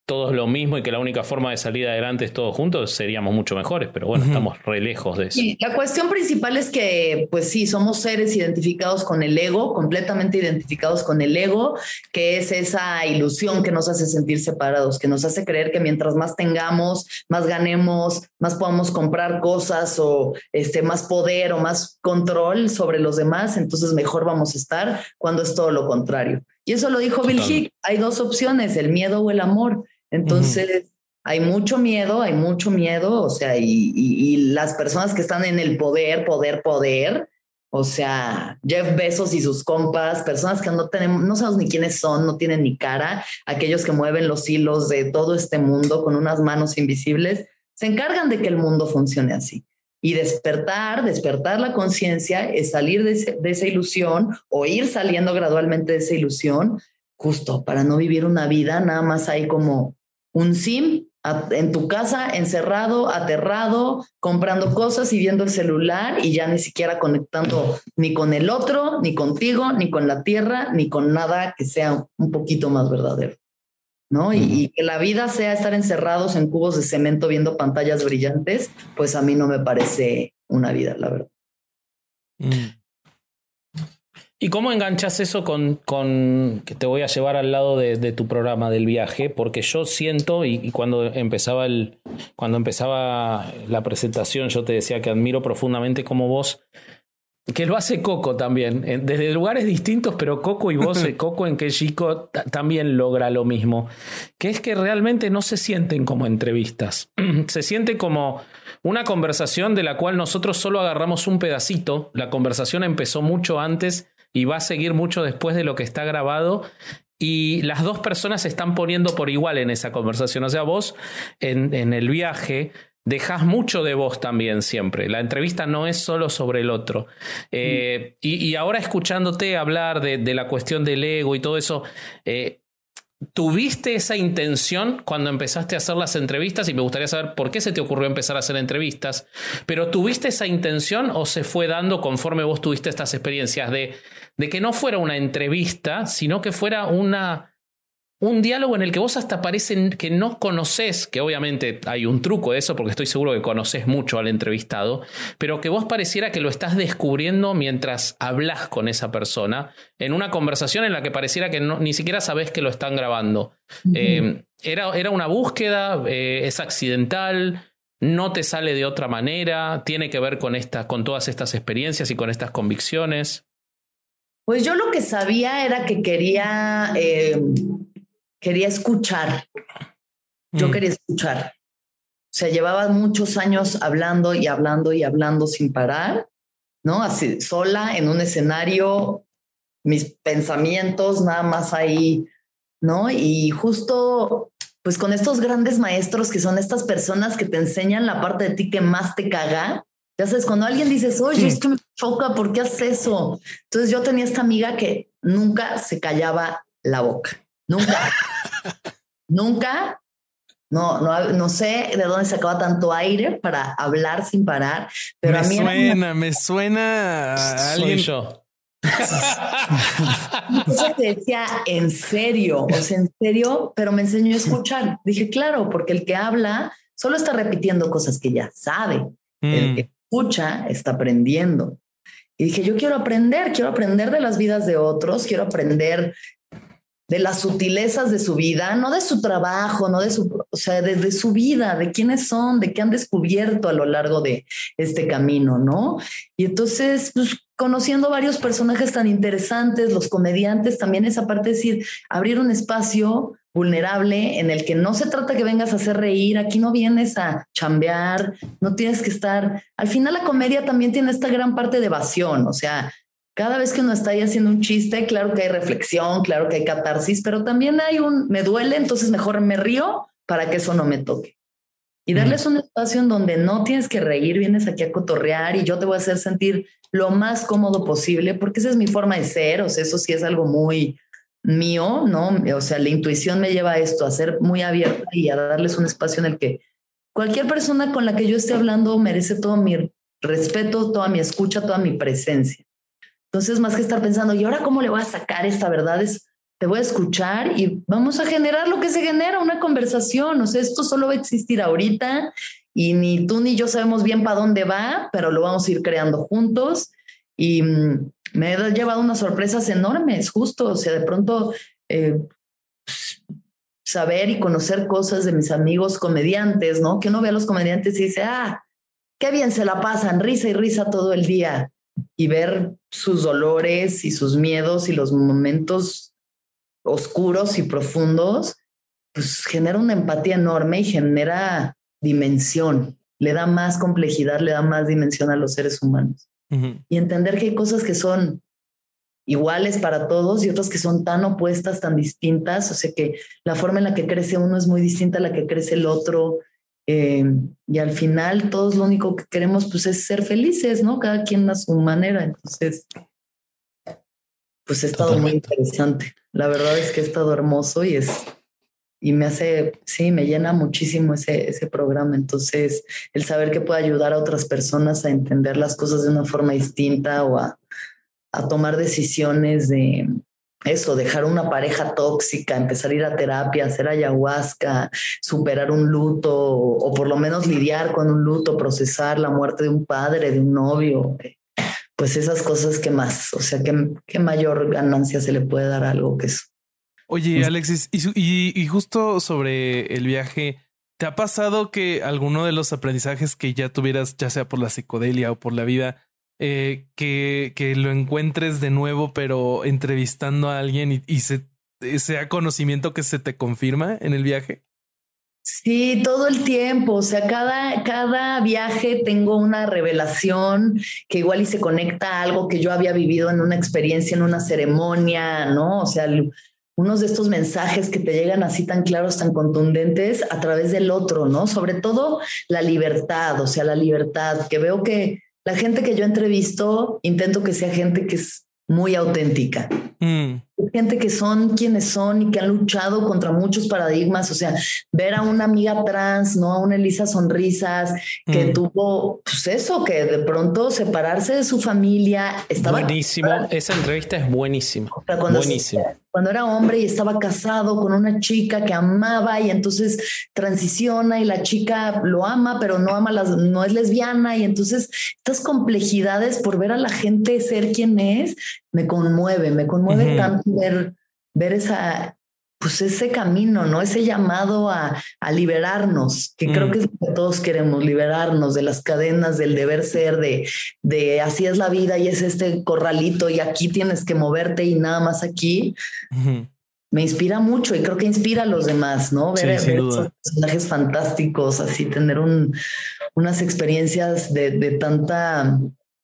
todos lo mismo y que la única forma de salir adelante es todos juntos, seríamos mucho mejores, pero bueno, uh-huh. estamos re lejos de eso. Sí, la cuestión principal es que, pues sí, somos seres identificados con el ego, completamente identificados con el ego, que es esa ilusión que nos hace sentir separados, que nos hace creer que mientras más tengamos, más ganemos, más podamos comprar cosas o este, más poder o más control sobre los demás, entonces mejor vamos a estar, cuando es todo lo contrario. Y eso lo dijo Bill Hicks, hay dos opciones, el miedo o el amor. Entonces, uh-huh. hay mucho miedo, hay mucho miedo, o sea, y, y, y las personas que están en el poder, poder, poder, o sea, Jeff Bezos y sus compas, personas que no tenemos, no sabemos ni quiénes son, no tienen ni cara, aquellos que mueven los hilos de todo este mundo con unas manos invisibles, se encargan de que el mundo funcione así. Y despertar, despertar la conciencia es salir de, ese, de esa ilusión o ir saliendo gradualmente de esa ilusión, justo para no vivir una vida nada más ahí como un sim en tu casa, encerrado, aterrado, comprando cosas y viendo el celular y ya ni siquiera conectando ni con el otro, ni contigo, ni con la tierra, ni con nada que sea un poquito más verdadero, ¿no? Uh-huh. Y, y que la vida sea estar encerrados en cubos de cemento viendo pantallas brillantes, pues a mí no me parece una vida, la verdad. Mm. ¿Y cómo enganchas eso con, con que te voy a llevar al lado de, de tu programa del viaje? Porque yo siento, y, y cuando empezaba el, cuando empezaba la presentación, yo te decía que admiro profundamente como vos, que lo hace Coco también, desde lugares distintos, pero Coco y vos, Coco en Que Chico t- también logra lo mismo, que es que realmente no se sienten como entrevistas, se siente como una conversación de la cual nosotros solo agarramos un pedacito. La conversación empezó mucho antes y va a seguir mucho después de lo que está grabado, y las dos personas se están poniendo por igual en esa conversación. O sea, vos en, en el viaje dejás mucho de vos también siempre. La entrevista no es solo sobre el otro. Eh, mm. y, y ahora escuchándote hablar de, de la cuestión del ego y todo eso, eh, ¿tuviste esa intención cuando empezaste a hacer las entrevistas? Y me gustaría saber por qué se te ocurrió empezar a hacer entrevistas. ¿Pero tuviste esa intención o se fue dando conforme vos tuviste estas experiencias de, de que no fuera una entrevista, sino que fuera una... un diálogo en el que vos hasta parece que no conocés, que obviamente hay un truco de eso porque estoy seguro que conocés mucho al entrevistado, pero que vos pareciera que lo estás descubriendo mientras hablas con esa persona en una conversación en la que pareciera que no, ni siquiera sabés que lo están grabando? Uh-huh. Eh, era, era una búsqueda, eh, es accidental, no te sale de otra manera, tiene que ver con, esta, con todas estas experiencias y con estas convicciones. Pues yo lo que sabía era que quería... Eh... Quería escuchar. Yo mm. quería escuchar. O sea, llevaba muchos años hablando y hablando y hablando sin parar, ¿no? Así, sola en un escenario, mis pensamientos nada más ahí, ¿no? Y justo, pues con estos grandes maestros que son estas personas que te enseñan la parte de ti que más te caga. Ya sabes, cuando alguien dices, oye, es que me choca, ¿por qué haces eso? Entonces yo tenía esta amiga que nunca se callaba la boca. Nunca, nunca, no, no, no sé de dónde sacaba tanto aire para hablar sin parar, pero me a mí suena, una... me suena a alguien. Soy yo. Entonces te decía, en serio, o sea, en serio, pero me enseñó a escuchar. Dije, claro, porque el que habla solo está repitiendo cosas que ya sabe. Mm. El que escucha está aprendiendo. Y dije, yo quiero aprender, quiero aprender de las vidas de otros, quiero aprender de las sutilezas de su vida, no de su trabajo, no de su, o sea, de, de su vida, de quiénes son, de qué han descubierto a lo largo de este camino, ¿no? Y entonces, pues, conociendo varios personajes tan interesantes, los comediantes, también esa parte de decir, abrir un espacio vulnerable en el que no se trata que vengas a hacer reír, aquí no vienes a chambear, no tienes que estar, al final la comedia también tiene esta gran parte de evasión, o sea, cada vez que uno está ahí haciendo un chiste, claro que hay reflexión, claro que hay catarsis, pero también hay un, me duele, entonces mejor me río para que eso no me toque. Y darles un espacio en donde no tienes que reír, vienes aquí a cotorrear y yo te voy a hacer sentir lo más cómodo posible, porque esa es mi forma de ser, o sea, eso sí es algo muy mío, ¿no? O sea, la intuición me lleva a esto, a ser muy abierta y a darles un espacio en el que cualquier persona con la que yo esté hablando merece todo mi respeto, toda mi escucha, toda mi presencia. Entonces, más que estar pensando, ¿y ahora cómo le voy a sacar esta verdad? Es te voy a escuchar y vamos a generar lo que se genera, una conversación. O sea, esto solo va a existir ahorita y ni tú ni yo sabemos bien para dónde va, pero lo vamos a ir creando juntos. Y mmm, me he llevado unas sorpresas enormes, justo. O sea, de pronto eh, saber y conocer cosas de mis amigos comediantes, ¿no? Que uno ve a los comediantes y dice, ah, qué bien se la pasan, risa y risa todo el día. Y ver sus dolores y sus miedos y los momentos oscuros y profundos, pues genera una empatía enorme y genera dimensión, le da más complejidad, le da más dimensión a los seres humanos. Uh-huh. Y entender que hay cosas que son iguales para todos y otras que son tan opuestas, tan distintas, o sea que la forma en la que crece uno es muy distinta a la que crece el otro, eh, y al final todos lo único que queremos pues es ser felices, ¿no? Cada quien a su manera. Entonces pues ha estado Totalmente. Muy interesante. La verdad es que ha estado hermoso y es y me hace, sí, me llena muchísimo ese, ese programa. Entonces, el saber que puede ayudar a otras personas a entender las cosas de una forma distinta o a, a tomar decisiones de eso, dejar una pareja tóxica, empezar a ir a terapia, hacer ayahuasca, superar un luto o, o por lo menos lidiar con un luto, procesar la muerte de un padre, de un novio. Pues esas cosas que más, o sea, ¿qué, qué mayor ganancia se le puede dar a algo que eso? Oye, Alexis, y, y, y justo sobre el viaje, ¿te ha pasado que alguno de los aprendizajes que ya tuvieras, ya sea por la psicodelia o por la vida, eh, que, que lo encuentres de nuevo, pero entrevistando a alguien y, y se, sea conocimiento que se te confirma en el viaje? Sí, todo el tiempo, o sea, cada, cada viaje tengo una revelación que igual y se conecta a algo que yo había vivido en una experiencia, en una ceremonia, ¿no? O sea, unos de estos mensajes que te llegan así tan claros, tan contundentes a través del otro, ¿no? Sobre todo la libertad, o sea, la libertad, que veo que la gente que yo entrevisto, intento que sea gente que es muy auténtica. Mm. Gente que son quienes son y que han luchado contra muchos paradigmas. O sea, ver a una amiga trans, ¿no? A una Elisa Sonrisas que mm. tuvo, pues eso, que de pronto separarse de su familia. Estaba buenísimo. Casada. Esa entrevista es buenísima. Cuando buenísimo. Se, cuando era hombre y estaba casado con una chica que amaba y entonces transiciona y la chica lo ama, pero no ama las, no es lesbiana. Y entonces estas complejidades por ver a la gente ser quien es, me conmueve, me conmueve uh-huh. tanto ver, ver esa, pues ese camino, ¿no? Ese llamado a, a liberarnos, que mm. creo que es lo que todos queremos, liberarnos de las cadenas del deber ser, de, de así es la vida y es este corralito y aquí tienes que moverte y nada más aquí. Uh-huh. Me inspira mucho y creo que inspira a los demás, ¿no? Ver, sí, ver esos personajes fantásticos, así tener un, unas experiencias de, de tanta,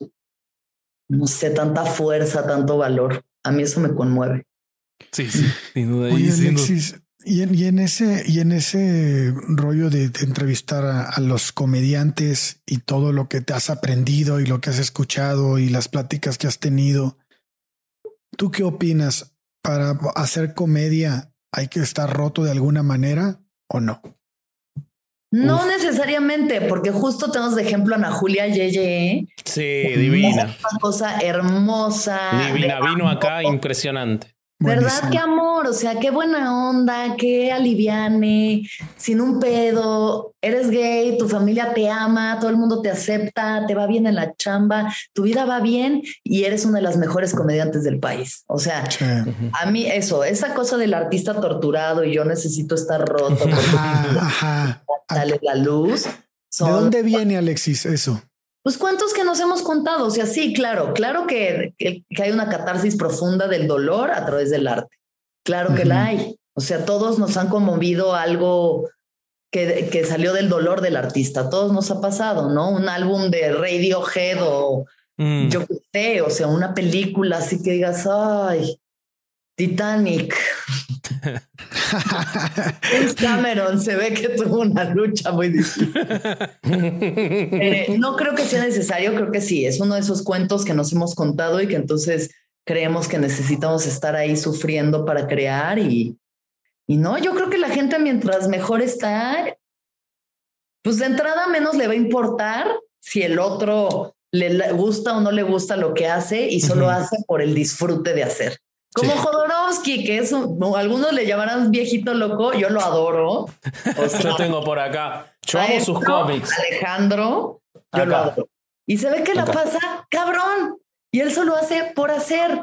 no sé, tanta fuerza, tanto valor. A mí eso me conmueve. Sí, sí, sin duda. Oye, y, Alexis, sin... Y, en, y en ese y en ese rollo de, de entrevistar a, a los comediantes y todo lo que te has aprendido y lo que has escuchado y las pláticas que has tenido, ¿tú qué opinas? ¿Para hacer comedia hay que estar roto de alguna manera o no? No Uf. necesariamente, porque justo tenemos de ejemplo a Ana Julia Yeye. Sí, divina. Una cosa hermosa. Divina, vino acá impresionante. ¿Verdad? Buenísimo. Qué amor, o sea, qué buena onda, qué aliviane, sin un pedo, eres gay, tu familia te ama, todo el mundo te acepta, te va bien en la chamba, tu vida va bien y eres una de las mejores comediantes del país. O sea, sí. a mí eso, esa cosa del artista torturado y yo necesito estar roto porque ajá, ajá. sale la luz. Son... ¿De dónde viene, Alexis, eso? Pues cuántos que nos hemos contado, o sea, sí, claro, claro que, que, que hay una catarsis profunda del dolor a través del arte, claro que uh-huh. la hay, o sea, todos nos han conmovido algo que, que salió del dolor del artista, todos nos ha pasado, ¿no? Un álbum de Radiohead o mm. yo qué sé, o sea, una película así que digas, ay, Titanic. James Cameron se ve que tuvo una lucha muy difícil. Eh, no creo que sea necesario, creo que sí, es uno de esos cuentos que nos hemos contado y que entonces creemos que necesitamos estar ahí sufriendo para crear y, y no, yo creo que la gente mientras mejor está, pues de entrada menos le va a importar si el otro le gusta o no le gusta lo que hace y solo uh-huh. hace por el disfrute de hacer. Como sí. Jodorowsky, que es un, algunos le llamarán viejito loco, yo lo adoro. O sea, yo tengo por acá, yo amo sus cómics. Alejandro, yo acá. Lo adoro. Y se ve que acá. La pasa cabrón. Y él solo hace por hacer.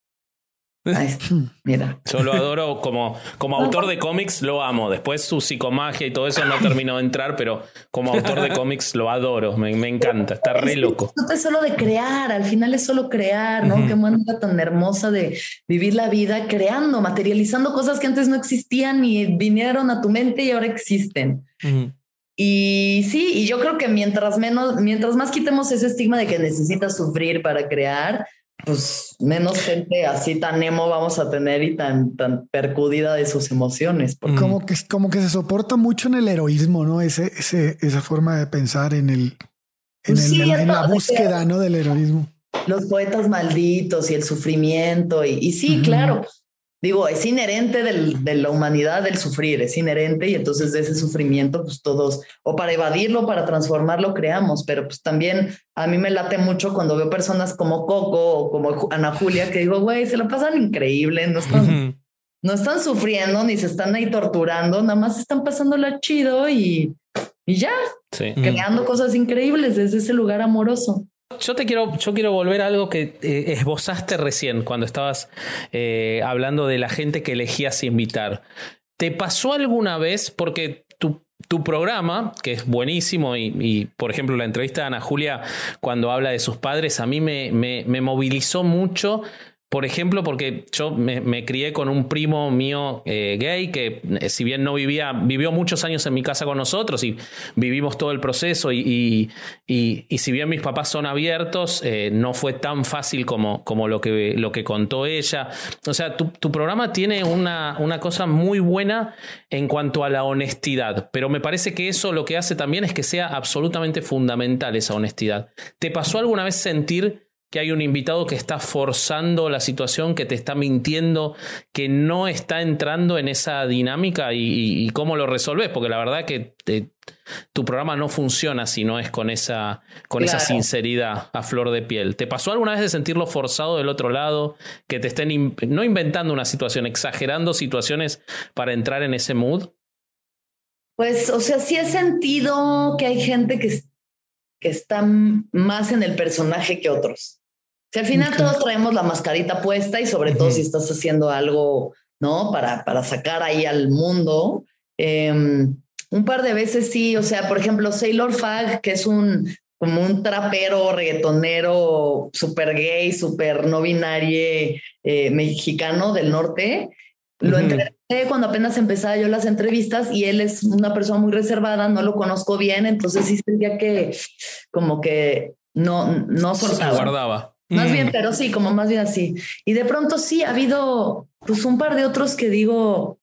Ahí está. Mira. Yo lo adoro como, como autor de cómics, lo amo. Después su psicomagia y todo eso no terminó de entrar, pero como autor de cómics lo adoro. Me, me encanta, está re loco. No es solo de crear, al final es solo crear, ¿no? Uh-huh. Qué manera tan hermosa de vivir la vida creando, materializando cosas que antes no existían y vinieron a tu mente y ahora existen. Uh-huh. Y sí, y yo creo que mientras menos, mientras más quitemos ese estigma de que necesitas sufrir para crear, pues menos gente así tan emo vamos a tener y tan, tan percudida de sus emociones. Porque... Como que, como que se soporta mucho en el heroísmo, ¿no? Ese, ese, esa forma de pensar en el, en, pues el, sí, en, en la búsqueda, ¿no? Del heroísmo. Los poetas malditos y el sufrimiento. Y, y sí, uh-huh. claro, digo, es inherente del, de la humanidad el sufrir, es inherente y entonces de ese sufrimiento, pues todos, o para evadirlo, para transformarlo, creamos, pero pues también a mí me late mucho cuando veo personas como Coco o como Ana Julia que digo, güey, se la pasan increíble, no están, uh-huh. no están sufriendo ni se están ahí torturando, nada más están pasándola chido y, y ya, sí. creando uh-huh. cosas increíbles desde ese lugar amoroso. Yo te quiero, yo quiero volver a algo que eh, esbozaste recién cuando estabas eh, hablando de la gente que elegías invitar. ¿Te pasó alguna vez? Porque tu, tu programa, que es buenísimo, y, y por ejemplo la entrevista de Ana Julia cuando habla de sus padres, a mí me, me, me movilizó mucho. Por ejemplo, porque yo me, me crié con un primo mío eh, gay que eh, si bien no vivía, vivió muchos años en mi casa con nosotros y vivimos todo el proceso y, y, y, y si bien mis papás son abiertos, eh, no fue tan fácil como, como lo, que, lo que contó ella. O sea, tu, tu programa tiene una, una cosa muy buena en cuanto a la honestidad, pero me parece que eso lo que hace también es que sea absolutamente fundamental esa honestidad. ¿Te pasó alguna vez sentir que hay un invitado que está forzando la situación, que te está mintiendo, que no está entrando en esa dinámica y, y, y cómo lo resolves? Porque la verdad que te, tu programa no funciona si no es con esa, con claro. esa sinceridad a flor de piel. ¿Te pasó alguna vez de sentirlo forzado del otro lado? Que te estén in, no inventando una situación, exagerando situaciones para entrar en ese mood. Pues, o sea, sí he sentido que hay gente que, que está más en el personaje que otros. Si al final okay. todos traemos la mascarita puesta y sobre uh-huh. todo si estás haciendo algo, ¿no? Para, para sacar ahí al mundo. Eh, un par de veces sí, o sea, por ejemplo, Sailor Fag, que es un como un trapero, reggaetonero, súper gay, súper no binario, eh, mexicano del norte. Lo uh-huh. entrevisté cuando apenas empezaba yo las entrevistas y él es una persona muy reservada, no lo conozco bien, entonces sí sentía que como que no, no soltaba. Se guardaba. Más mm. bien, pero sí, como más bien así. Y de pronto sí, ha habido pues un par de otros que digo,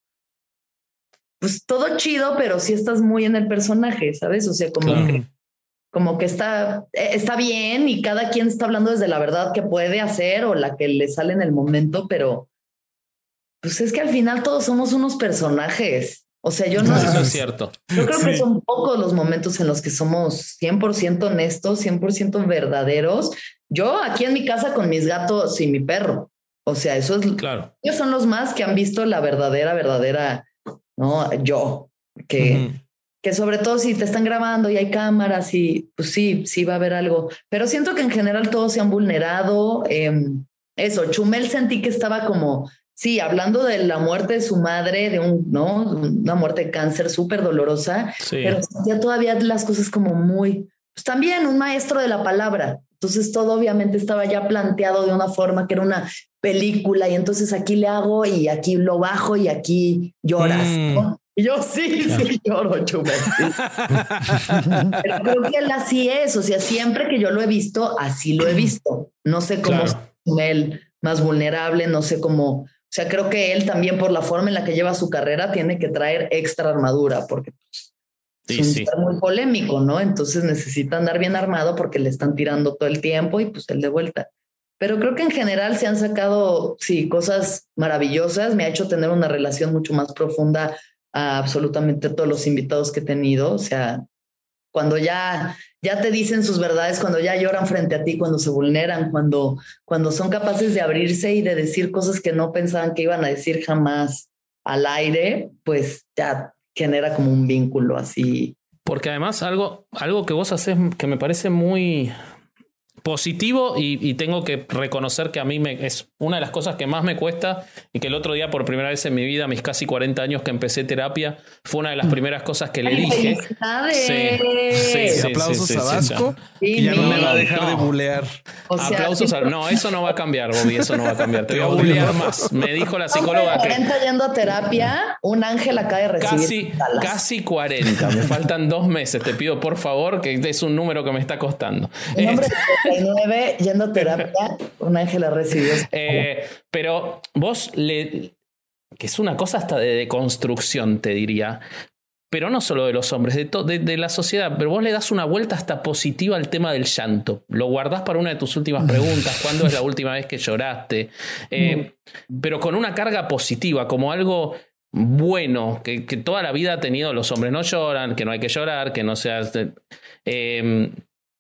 pues todo chido, pero sí estás muy en el personaje, ¿sabes? O sea, como, claro. que, como que está, está bien y cada quien está hablando desde la verdad que puede hacer o la que le sale en el momento, pero pues es que al final todos somos unos personajes. O sea, yo no... Eso es cierto. Yo creo sí. que son pocos los momentos en los que somos cien por ciento honestos, cien por ciento verdaderos. Yo aquí en mi casa con mis gatos y mi perro. O sea, eso es... Claro. Ellos son los más que han visto la verdadera, verdadera, ¿no? Yo. Que, uh-huh. que sobre todo si te están grabando y hay cámaras y pues sí, sí va a haber algo. Pero siento que en general todos se han vulnerado. Eh, eso, Chumel sentí que estaba como... Sí, hablando de la muerte de su madre, de un, ¿no? Una muerte de cáncer súper dolorosa, sí. pero ya todavía las cosas como muy, pues también un maestro de la palabra. Entonces todo obviamente estaba ya planteado de una forma que era una película y entonces aquí le hago y aquí lo bajo y aquí lloras, mm. ¿no? Y yo sí, claro. sí lloro, Chumel. Sí. Pero creo que él así es, o sea, siempre que yo lo he visto, así lo he visto. No sé cómo claro. es Chumel más vulnerable, no sé cómo... O sea, creo que él también por la forma en la que lleva su carrera tiene que traer extra armadura porque pues, sí, es un sí. ser muy polémico, ¿no? Entonces necesita andar bien armado porque le están tirando todo el tiempo y pues él de vuelta. Pero creo que en general se han sacado, sí, cosas maravillosas. Me ha hecho tener una relación mucho más profunda a absolutamente todos los invitados que he tenido. O sea, cuando ya, ya te dicen sus verdades, cuando ya lloran frente a ti, cuando se vulneran, cuando, cuando son capaces de abrirse y de decir cosas que no pensaban que iban a decir jamás al aire, pues ya genera como un vínculo así. Porque además algo, algo que vos haces que me parece muy positivo y, y tengo que reconocer que a mí me, es una de las cosas que más me cuesta y que el otro día por primera vez en mi vida, mis casi cuarenta años que empecé terapia, fue una de las primeras cosas que le dije. Sí, sí, sí, aplausos sí, sí, a Vasco sí, sí. Y ya no me va a dejar no. de bulear. O sea, aplausos a... No, eso no va a cambiar, Bobby, eso no va a cambiar. Te voy a bulear más. Me dijo la psicóloga que... cuarenta yendo a terapia, un ángel acaba de recibir. Casi, casi cuarenta, me faltan dos meses. Te pido por favor, que es un número que me está costando. Un hombre de treinta y nueve yendo a terapia, un ángel ha recibido. Eh, pero vos le... que es una cosa hasta de deconstrucción, te diría, pero no solo de los hombres, de, to, de, de la sociedad, pero vos le das una vuelta hasta positiva al tema del llanto. Lo guardás para una de tus últimas preguntas, ¿cuándo es la última vez que lloraste? Eh, pero con una carga positiva, como algo bueno, que, que toda la vida ha tenido los hombres no lloran, que no hay que llorar, que no seas... Eh,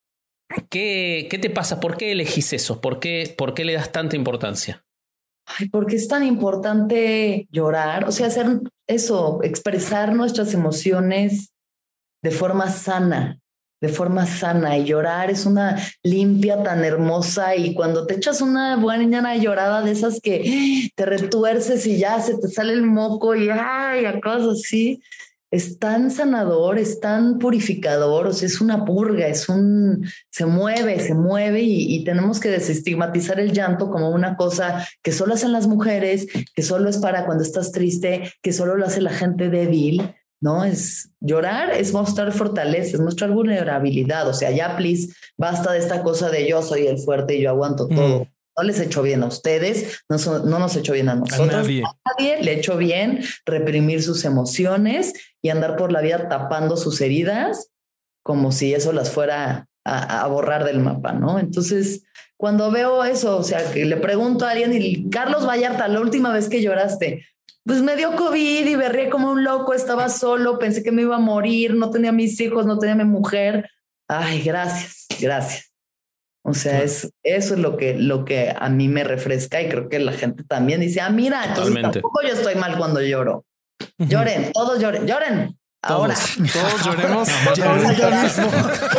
¿qué, ¿Qué te pasa? ¿Por qué elegís eso? ¿Por qué, por qué le das tanta importancia? Ay, ¿por qué es tan importante llorar? O sea, hacer eso, expresar nuestras emociones de forma sana, de forma sana. Y llorar es una limpia tan hermosa. Y cuando te echas una buena llorada de esas que te retuerces y ya se te sale el moco y ay, a cosas así, es tan sanador, es tan purificador, o sea, es una purga, es un, se mueve, se mueve y, y tenemos que desestigmatizar el llanto como una cosa que solo hacen las mujeres, que solo es para cuando estás triste, que solo lo hace la gente débil, ¿no? Es llorar, es mostrar fortaleza, es mostrar vulnerabilidad, o sea, ya, please, basta de esta cosa de yo soy el fuerte y yo aguanto todo. Mm. No les echó bien a ustedes, no, son, no nos echó bien a nosotros. A nadie. a nadie le echó bien reprimir sus emociones y andar por la vida tapando sus heridas como si eso las fuera a, a borrar del mapa, ¿no? Entonces, cuando veo eso, o sea, que le pregunto a alguien, y Carlos Vallarta, la última vez que lloraste, pues me dio COVID y berré como un loco, estaba solo, pensé que me iba a morir, no tenía mis hijos, no tenía mi mujer. Ay, gracias, gracias. O sea, es, eso es lo que, lo que a mí me refresca y creo que la gente también dice, ah, mira, entonces Totalmente. Tampoco yo estoy mal cuando lloro. Lloren, todos lloren, lloren. Ahora. Todos, todos lloremos. Lloren ya mismo.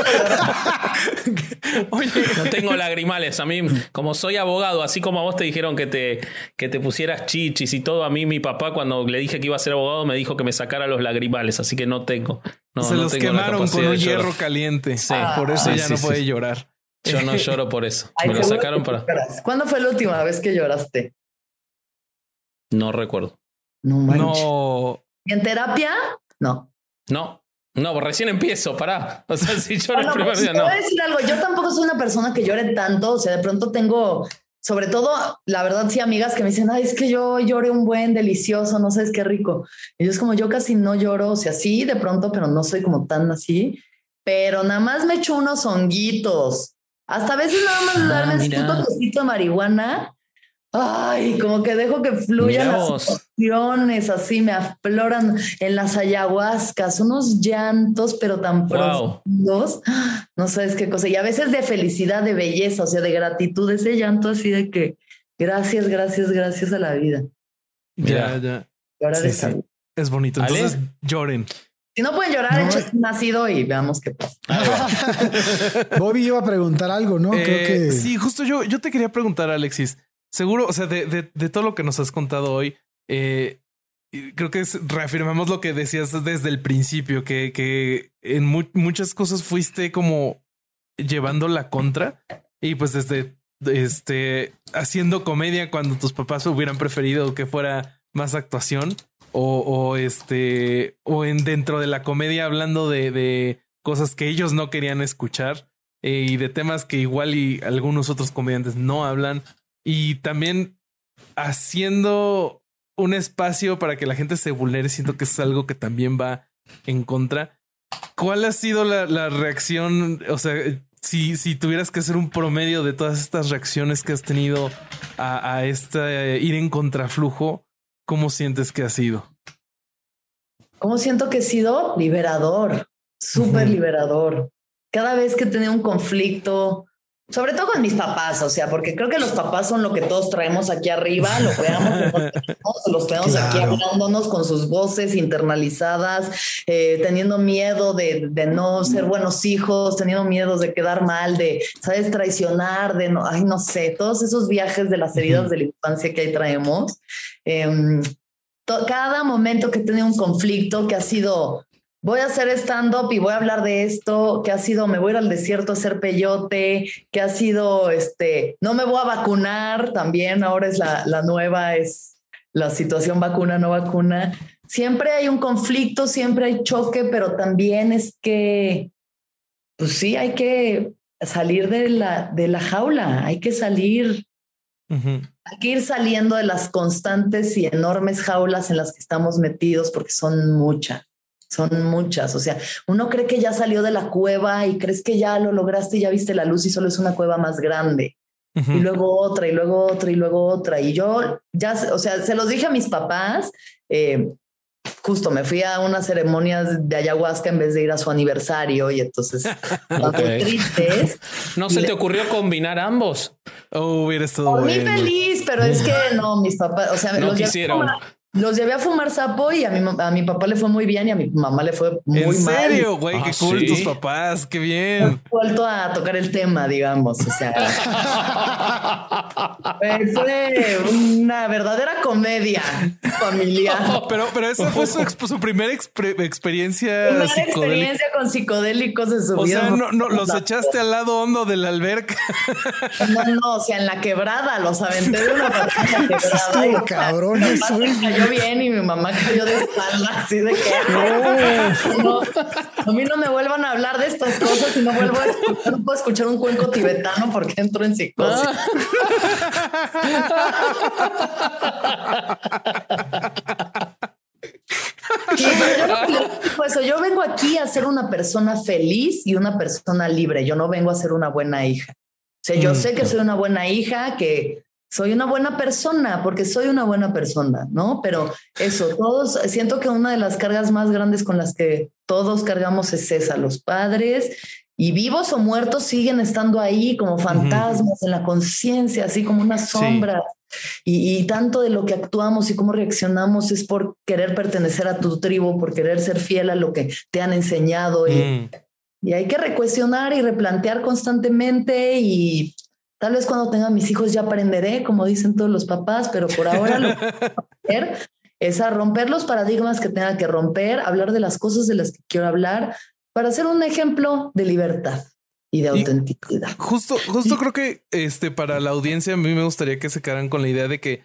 Oye, no tengo lagrimales. A mí, como soy abogado, así como a vos te dijeron que te, que te pusieras chichis y todo, a mí mi papá cuando le dije que iba a ser abogado me dijo que me sacara los lagrimales, así que no tengo. No, Se no los tengo quemaron con un hierro caliente. Sí. Ah, por eso sí, ya sí, no sí, puede sí. llorar. Yo no lloro por eso. Ay, me lo sacaron para... ¿Cuándo fue la última vez que lloraste? No recuerdo. No manches. No. ¿Y en terapia? No. No. No, recién empiezo, pará. O sea, si lloro bueno, el primer pues, día, te no. Voy a decir algo. Yo tampoco soy una persona que llore tanto. O sea, de pronto tengo... Sobre todo, la verdad, sí, amigas que me dicen, ay, es que yo lloré un buen delicioso, no sabes qué rico. Y yo es como, yo casi no lloro. O sea, sí, de pronto, pero no soy como tan así. Pero nada más me echo unos honguitos. Hasta a veces nada más darme ah, un toquecito de marihuana. Ay, como que dejo que fluyan las emociones, así me afloran en las ayahuascas, unos llantos, pero tan wow. profundos. No sabes qué cosa. Y a veces de felicidad, de belleza, o sea, de gratitud, ese llanto así de que gracias, gracias, gracias a la vida. Ya, ya. Y ahora sí, sí. Es bonito. Entonces, ¿Ale? Lloren. Si no pueden llorar, no. Echen nacido y veamos qué pasa. Bobby iba a preguntar algo, ¿no? Eh, Creo que... Sí, justo yo, yo te quería preguntar, Alexis. Seguro, o sea, de, de, de todo lo que nos has contado hoy, eh, creo que es, reafirmamos lo que decías desde el principio, que, que en mu muchas cosas fuiste como llevando la contra y pues desde este haciendo comedia cuando tus papás hubieran preferido que fuera más actuación. O, o este o en dentro de la comedia hablando de, de cosas que ellos no querían escuchar eh, y de temas que igual y algunos otros comediantes no hablan y también haciendo un espacio para que la gente se vulnere. Siento que es algo que también va en contra. ¿Cuál ha sido la, la reacción? O sea, si, si tuvieras que hacer un promedio de todas estas reacciones que has tenido a, a esta eh, ir en contraflujo, ¿cómo sientes que ha sido? ¿Cómo siento que he sido? Liberador. súper uh-huh. liberador. Cada vez que tenía un conflicto, sobre todo con mis papás, o sea, porque creo que los papás son lo que todos traemos aquí arriba, lo veamos, los tenemos claro. aquí hablándonos con sus voces internalizadas, eh, teniendo miedo de, de no ser buenos hijos, teniendo miedo de quedar mal, de, ¿sabes? Traicionar, de no, ay, no sé, todos esos viajes de las heridas uh-huh. de la infancia que ahí traemos. Eh, to, cada momento que he tenido un conflicto que ha sido... Voy a hacer stand-up y voy a hablar de esto, que ha sido, me voy a ir al desierto a hacer peyote, que ha sido, este, no me voy a vacunar también, ahora es la, la nueva, es la situación vacuna, no vacuna. Siempre hay un conflicto, siempre hay choque, pero también es que, pues sí, hay que salir de la, de la jaula, hay que salir, uh-huh. hay que ir saliendo de las constantes y enormes jaulas en las que estamos metidos porque son muchas. Son muchas, o sea, uno cree que ya salió de la cueva y crees que ya lo lograste y ya viste la luz y solo es una cueva más grande. Uh-huh. Y luego otra, y luego otra, y luego otra. Y yo ya, o sea, se los dije a mis papás, eh, justo me fui a unas ceremonias de ayahuasca en vez de ir a su aniversario y entonces okay. tristes. ¿No se le... te ocurrió combinar ambos? Oh, hubiera estado muy bueno. feliz, pero es que no, mis papás, o sea, no los quisieron. Los llevé a fumar sapo y a mi, a mi papá le fue muy bien y a mi mamá le fue muy mal. ¿En serio, güey? Ah, qué cool ¿sí? tus papás, qué bien. He vuelto a tocar el tema, digamos, o sea. Fue una verdadera comedia familiar. Oh, pero, pero esa fue su, su primera exper- experiencia primera psicodélica. experiencia con psicodélicos en su o vida. O sea, no, no, los echaste al lado hondo de la alberca. No, no, o sea, en la quebrada, los aventé de una persona quebrada. Estuvo cabrón eso. Cayó bien y mi mamá cayó de espalda, así de que no, no, a mí no me vuelvan a hablar de estas cosas y no vuelvo a escuchar, no puedo escuchar un cuenco tibetano porque entro en psicosis. Sí, yo, pues, yo vengo aquí a ser una persona feliz y una persona libre. Yo no vengo a ser una buena hija. O sea, yo mm. sé que soy una buena hija, que soy una buena persona, porque soy una buena persona, ¿no? Pero eso, todos, siento que una de las cargas más grandes con las que todos cargamos es esa, los padres, y vivos o muertos siguen estando ahí como fantasmas uh-huh. en la conciencia, así como una sombra. Sí. Y, y tanto de lo que actuamos y cómo reaccionamos es por querer pertenecer a tu tribu, por querer ser fiel a lo que te han enseñado. Y, mm. y hay que recuestionar y replantear constantemente y... Tal vez cuando tenga mis hijos ya aprenderé, como dicen todos los papás, pero por ahora lo que voy a hacer es a romper los paradigmas que tenga que romper, hablar de las cosas de las que quiero hablar, para ser un ejemplo de libertad y de autenticidad. Y justo, justo y, creo que este para la audiencia a mí me gustaría que se quedaran con la idea de que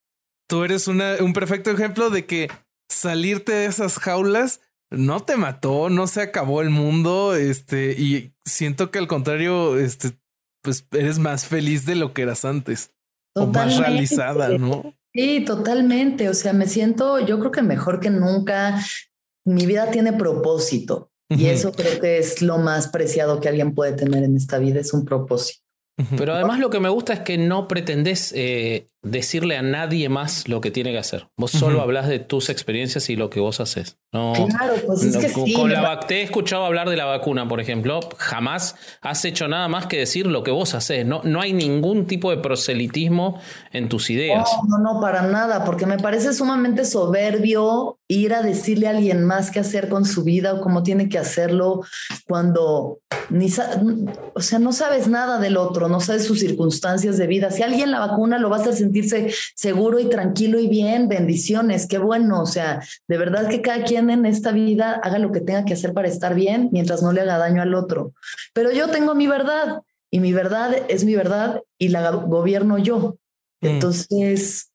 tú eres una, un perfecto ejemplo de que salirte de esas jaulas no te mató, no se acabó el mundo, este, y siento que al contrario, este, pues eres más feliz de lo que eras antes. Totalmente. O más realizada, ¿no? Sí, totalmente. O sea, me siento, yo creo que mejor que nunca. Mi vida tiene propósito. Uh-huh. Y eso creo que es lo más preciado que alguien puede tener en esta vida, es un propósito. Uh-huh. Pero además lo que me gusta es que no pretendés eh, decirle a nadie más lo que tiene que hacer. Vos solo uh-huh. hablás de tus experiencias y lo que vos haces. No, claro, pues es no, que con, sí. Con la, te he escuchado hablar de la vacuna, por ejemplo. Jamás has hecho nada más que decir lo que vos haces. No, no hay ningún tipo de proselitismo en tus ideas. No, no, no, para nada, porque me parece sumamente soberbio ir a decirle a alguien más qué hacer con su vida o cómo tiene que hacerlo cuando ni sa- o sea, no sabes nada del otro, no sabes sus circunstancias de vida. Si alguien la vacuna lo va a hacer sentirse seguro y tranquilo y bien, bendiciones, qué bueno. O sea, de verdad que cada quien en esta vida haga lo que tenga que hacer para estar bien mientras no le haga daño al otro. Pero yo tengo mi verdad y mi verdad es mi verdad y la gobierno yo. Entonces,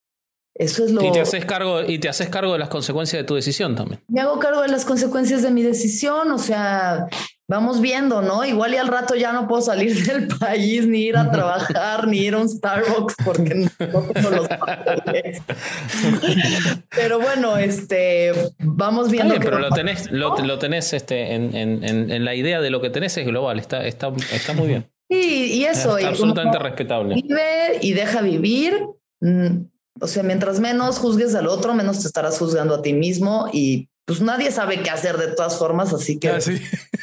mm. eso es lo... Y te haces cargo, y te haces cargo de las consecuencias de tu decisión también. Me hago cargo de las consecuencias de mi decisión, o sea, vamos viendo, ¿no? Igual y al rato ya no puedo salir del país, ni ir a trabajar, ni ir a un Starbucks, porque no tengo los papeles. Pero bueno, este, vamos viendo. Bien, pero lo tenés, lo, lo tenés este, en, en, en la idea de lo que tenés es global, está, está, está muy bien. Sí, y eso. Es y absolutamente respetable. Vive y deja vivir. O sea, mientras menos juzgues al otro, menos te estarás juzgando a ti mismo y pues nadie sabe qué hacer de todas formas, así que... Ah, sí.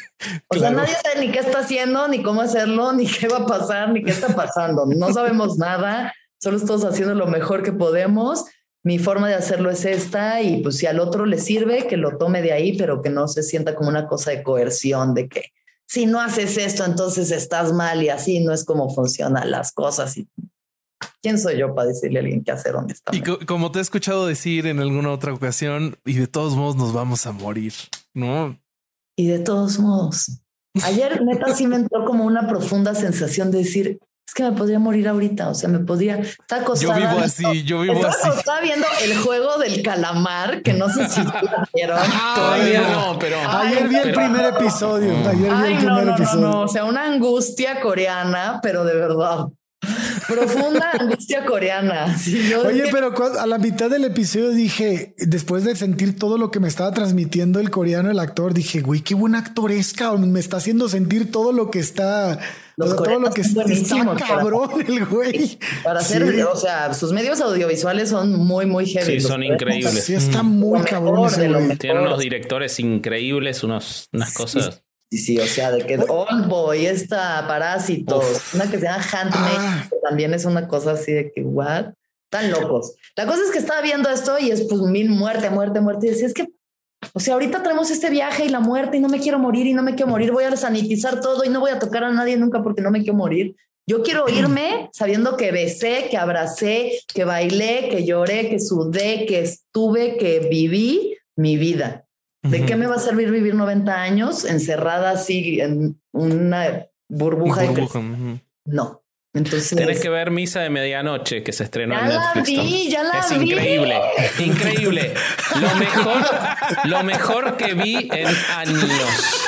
O Claro. sea, nadie sabe ni qué está haciendo, ni cómo hacerlo, ni qué va a pasar, ni qué está pasando. No sabemos nada, solo estamos haciendo lo mejor que podemos. Mi forma de hacerlo es esta y pues si al otro le sirve, que lo tome de ahí, pero que no se sienta como una cosa de coerción, de que si no haces esto, entonces estás mal y así no es como funcionan las cosas. Y ¿quién soy yo para decirle a alguien qué hacer honestamente? Y co- como te he escuchado decir en alguna otra ocasión, y de todos modos nos vamos a morir, ¿no? Y de todos modos, ayer neta sí me entró como una profunda sensación de decir, es que me podría morir ahorita, o sea, me podría estar acostada. Yo vivo así, yo vivo estaba así. acostada viendo el juego del calamar, que no sé si lo vieron. Todavía no, pero. Ayer vi el pero- primer episodio. Ayer vi Ay, el no, primer no, no, episodio. no, o sea, una angustia coreana, pero de verdad. Profunda angustia coreana. Sí, yo Oye, dije, pero cu- a la mitad del episodio dije, después de sentir todo lo que me estaba transmitiendo el coreano, el actor, dije, güey, qué buen actor es, cabrón. Me está haciendo sentir todo lo que está, Los o sea, todo lo que coreanos son está buenísimos para- cabrón, el güey. para hacer, Sí. o sea, sus medios audiovisuales son muy, muy heavy. Sí, Los son coreanos increíbles. Sí, está muy Lo cabrón mejor ese de lo güey. mejor. Tienen unos directores increíbles, unos, unas cosas. Sí, sí, o sea, de que Old Boy, esta Parásitos, Uf. una que se llama Handmaid, Ah. que también es una cosa así de que, what? Tan locos. La cosa es que estaba viendo esto y es pues mil muerte, muerte, muerte. Y decía, es que, o sea, ahorita tenemos este viaje y la muerte y no me quiero morir y no me quiero morir. Voy a sanitizar todo y no voy a tocar a nadie nunca porque no me quiero morir. Yo quiero irme sabiendo que besé, que abracé, que bailé, que lloré, que sudé, que estuve, que viví mi vida. ¿De Ujú. qué me va a servir vivir noventa años encerrada así en una burbuja, de Burbuja, cristal? ujú. No. Entonces, Tenés que ver Misa de Medianoche, que se estrenó Ya en la Netflix. vi, también. ya la es vi. increíble, increíble. Lo mejor, lo mejor que vi en años,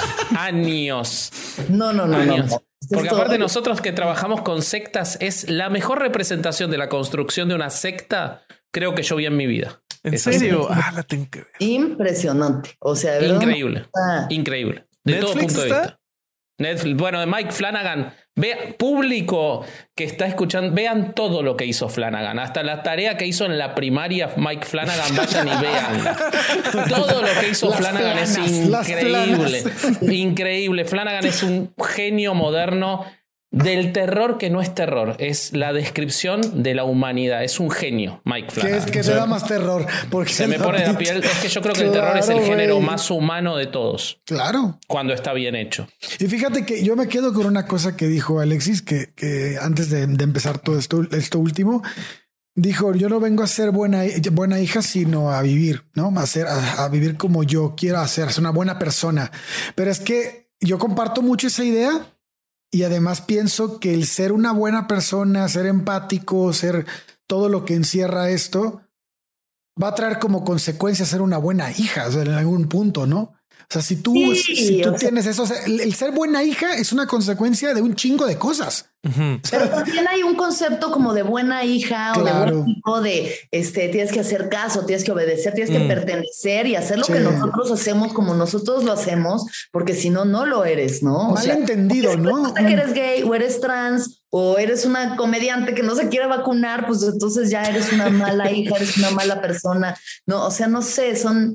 años. no, no, no, no. años. no. Porque Esto- aparte nosotros que trabajamos con sectas, es la mejor representación de la construcción de una secta, creo que yo vi en mi vida. ¿En Es así. serio? Ah, la tengo que ver. Impresionante. O sea, de verdad. Increíble. Ah, Increíble. De todo ¿Netflix punto de está? vista. Netflix, bueno, de Mike Flanagan. Ve, público que está escuchando, vean todo lo que hizo Flanagan. Hasta la tarea que hizo en la primaria Mike Flanagan, vayan y vean. Todo lo que hizo Las Flanagan planas, es las increíble. Increíble. Flanagan es un genio moderno del terror que no es terror. Es la descripción de la humanidad. Es un genio, Mike Que Flanagan. es que te da más terror. Porque Se me pone la piel. Es que yo creo que el terror es el Claro, género güey. más humano de todos. Claro. Cuando está bien hecho. Y fíjate que yo me quedo con una cosa que dijo Alexis, que, que antes de, de empezar todo esto, esto último, dijo, yo no vengo a ser buena, buena hija, sino a vivir, ¿no? A, ser, a, a vivir como yo quiero hacer, ser una buena persona. Pero es que yo comparto mucho esa idea y además pienso que el ser una buena persona, ser empático, ser todo lo que encierra esto, va a traer como consecuencia ser una buena hija, o sea, en algún punto, ¿no? O sea, si tú, Sí, si tú o sea- tienes eso, o sea, el, el ser buena hija es una consecuencia de un chingo de cosas. Ujú. Pero también hay un concepto como de buena hija o Claro. de buen hijo, de este, tienes que hacer caso, tienes que obedecer, tienes que Mm. pertenecer y hacer lo Sí. que nosotros hacemos como nosotros lo hacemos, porque si no, no lo eres, ¿no? O Mal sea, entendido, porque si ¿no? resulta que eres gay o eres trans o eres una comediante que no se quiere vacunar, pues entonces ya eres una mala hija, eres una mala persona. No, o sea, no sé, son,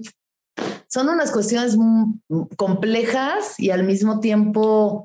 son unas cuestiones mm, complejas y al mismo tiempo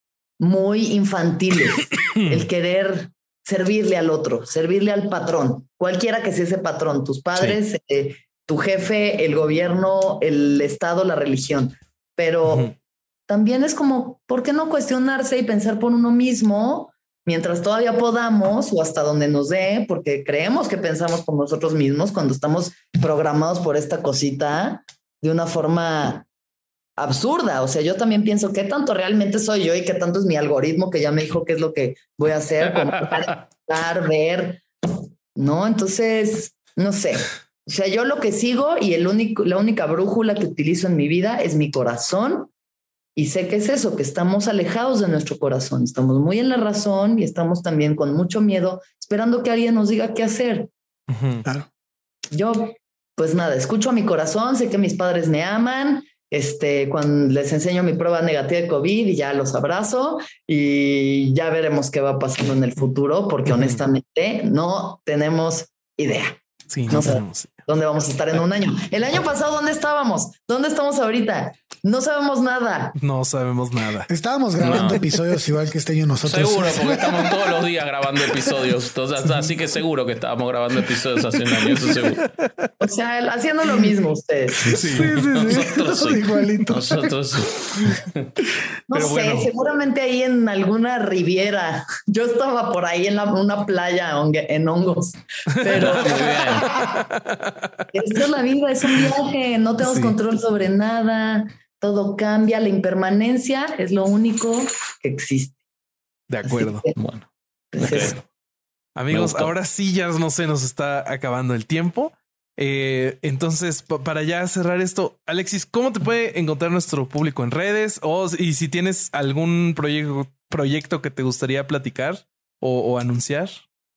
muy infantiles. El querer servirle al otro, servirle al patrón, cualquiera que sea ese patrón, tus padres, eh, tu jefe, el gobierno, el Estado, la religión. Pero Ujú. también es como, ¿por qué no cuestionarse y pensar por uno mismo mientras todavía podamos o hasta donde nos dé? Porque creemos que pensamos por nosotros mismos cuando estamos programados por esta cosita de una forma absurda. O sea, yo también pienso qué tanto realmente soy yo y qué tanto es mi algoritmo que ya me dijo qué es lo que voy a hacer, cómo estar, ver, ¿no? Entonces, no sé. O sea, yo lo que sigo y el único, la única brújula que utilizo en mi vida es mi corazón. Y sé que es eso, que estamos alejados de nuestro corazón, estamos muy en la razón y estamos también con mucho miedo, esperando que alguien nos diga qué hacer. Ujú. Claro. Yo, pues nada, escucho a mi corazón, sé que mis padres me aman, este, cuando les enseño mi prueba negativa de COVID y ya los abrazo y ya veremos qué va pasando en el futuro, porque Ujú. honestamente no tenemos idea. Sí, No no sé. tenemos idea. dónde vamos a estar en un año. El año pasado, ¿dónde estábamos? ¿Dónde estamos ahorita? No sabemos nada. No sabemos nada. Estábamos grabando no. episodios igual que este año nosotros. Seguro, porque estamos todos los días grabando episodios. Entonces, así que seguro que estábamos grabando episodios hace un año, eso seguro. O sea, haciendo lo mismo ustedes. Sí, sí, sí. sí. Nosotros sí. Igualitos. Nosotros sí. No Pero sé, bueno. seguramente ahí en alguna riviera. Yo estaba por ahí en la, una playa en hongos. Pero esa es la vida, es un viaje. No tenemos sí. control sobre nada. Todo cambia. La impermanencia es lo único que existe. De acuerdo. Que, bueno. Pues okay. Amigos, ahora sí ya no se nos está acabando el tiempo. Eh, entonces, pa- para ya cerrar esto, Alexis, ¿cómo te puede encontrar nuestro público en redes? O y si tienes algún proyecto, proyecto que te gustaría platicar o, o anunciar.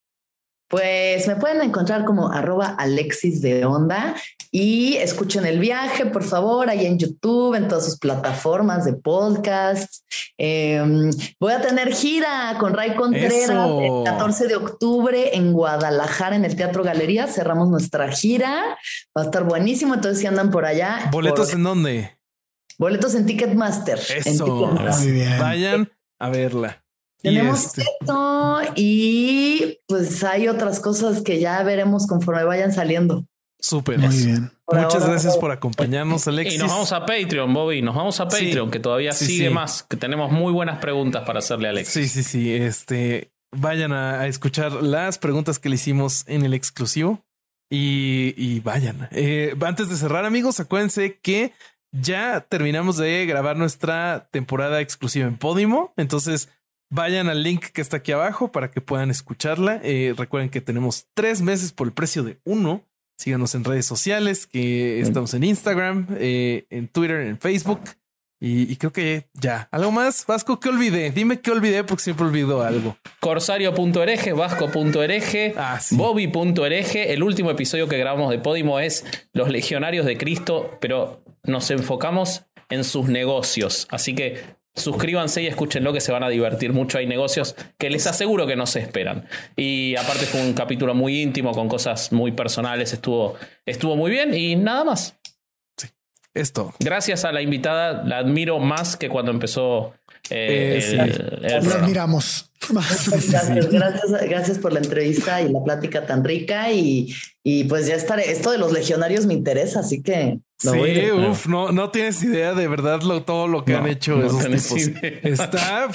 Pues me pueden encontrar como arroba Alexis de Onda y escuchen El Viaje, por favor, ahí en YouTube, en todas sus plataformas de podcasts. Eh, voy a tener gira con Ray Contreras Eso. el catorce de octubre en Guadalajara, en el Teatro Galería. Cerramos nuestra gira. Va a estar buenísimo. Entonces, si andan por allá. ¿Boletos por... en dónde? Boletos en Ticketmaster. Eso. En Ticketmaster. Muy bien. Vayan a verla. Tenemos y este... esto y pues hay otras cosas que ya veremos conforme vayan saliendo. Súper. Muy bien. Por Muchas ahora, gracias por acompañarnos, Alexis. Y nos vamos a Patreon, Bobby. Nos vamos a Patreon, sí, que todavía sí, sigue sí. más, que tenemos muy buenas preguntas para hacerle a Alexis. Sí, sí, sí. Este, vayan a, a escuchar las preguntas que le hicimos en el exclusivo y, y vayan. Eh, antes de cerrar, amigos, acuérdense que ya terminamos de grabar nuestra temporada exclusiva en Podimo. Entonces, vayan al link que está aquí abajo para que puedan escucharla. Eh, recuerden que tenemos tres meses por el precio de uno. Síganos en redes sociales, que estamos en Instagram, eh, en Twitter, en Facebook. Y, y creo que ya. ¿Algo más? Vasco, ¿qué olvidé? Dime qué olvidé porque siempre olvido algo. Corsario punto hereje, Vasco punto hereje, ah, sí. Bobby punto hereje. El último episodio que grabamos de Podimo es Los Legionarios de Cristo, pero nos enfocamos en sus negocios. Así que suscríbanse y escúchenlo, que se van a divertir mucho. Hay negocios que les aseguro que no se esperan. Y aparte fue un capítulo muy íntimo con cosas muy personales. Estuvo, estuvo muy bien y nada más. Sí, esto. Gracias a la invitada. La admiro más que cuando empezó eh, eh, sí. el, el, el La admiramos. Gracias, gracias, gracias por la entrevista y la plática tan rica. Y, y pues ya estaré. Esto de los legionarios me interesa, así que no sí, voy a... uf, no, no tienes idea de verdad lo, todo lo que no, han hecho no esos tipos. Idea. Está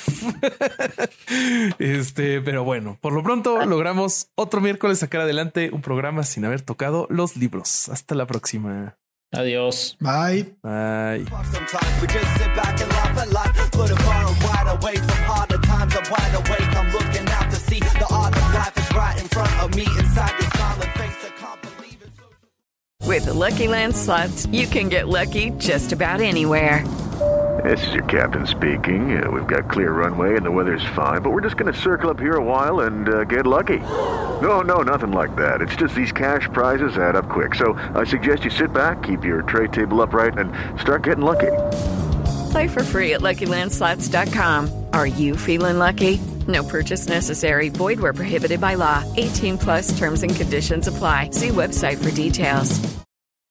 este, pero bueno, por lo pronto logramos otro miércoles sacar adelante un programa sin haber tocado los libros. Hasta la próxima. Adiós. Bye. Bye. With the Lucky Land Slots, you can get lucky just about anywhere. This is your captain speaking. Uh, we've got clear runway and the weather's fine, but we're just going to circle up here a while and uh, get lucky. No, no, nothing like that. It's just these cash prizes add up quick. So I suggest you sit back, keep your tray table upright, and start getting lucky. Play for free at Lucky Land Slots dot com. Are you feeling lucky? No purchase necessary. Void where prohibited by law. eighteen plus terms and conditions apply. See website for details.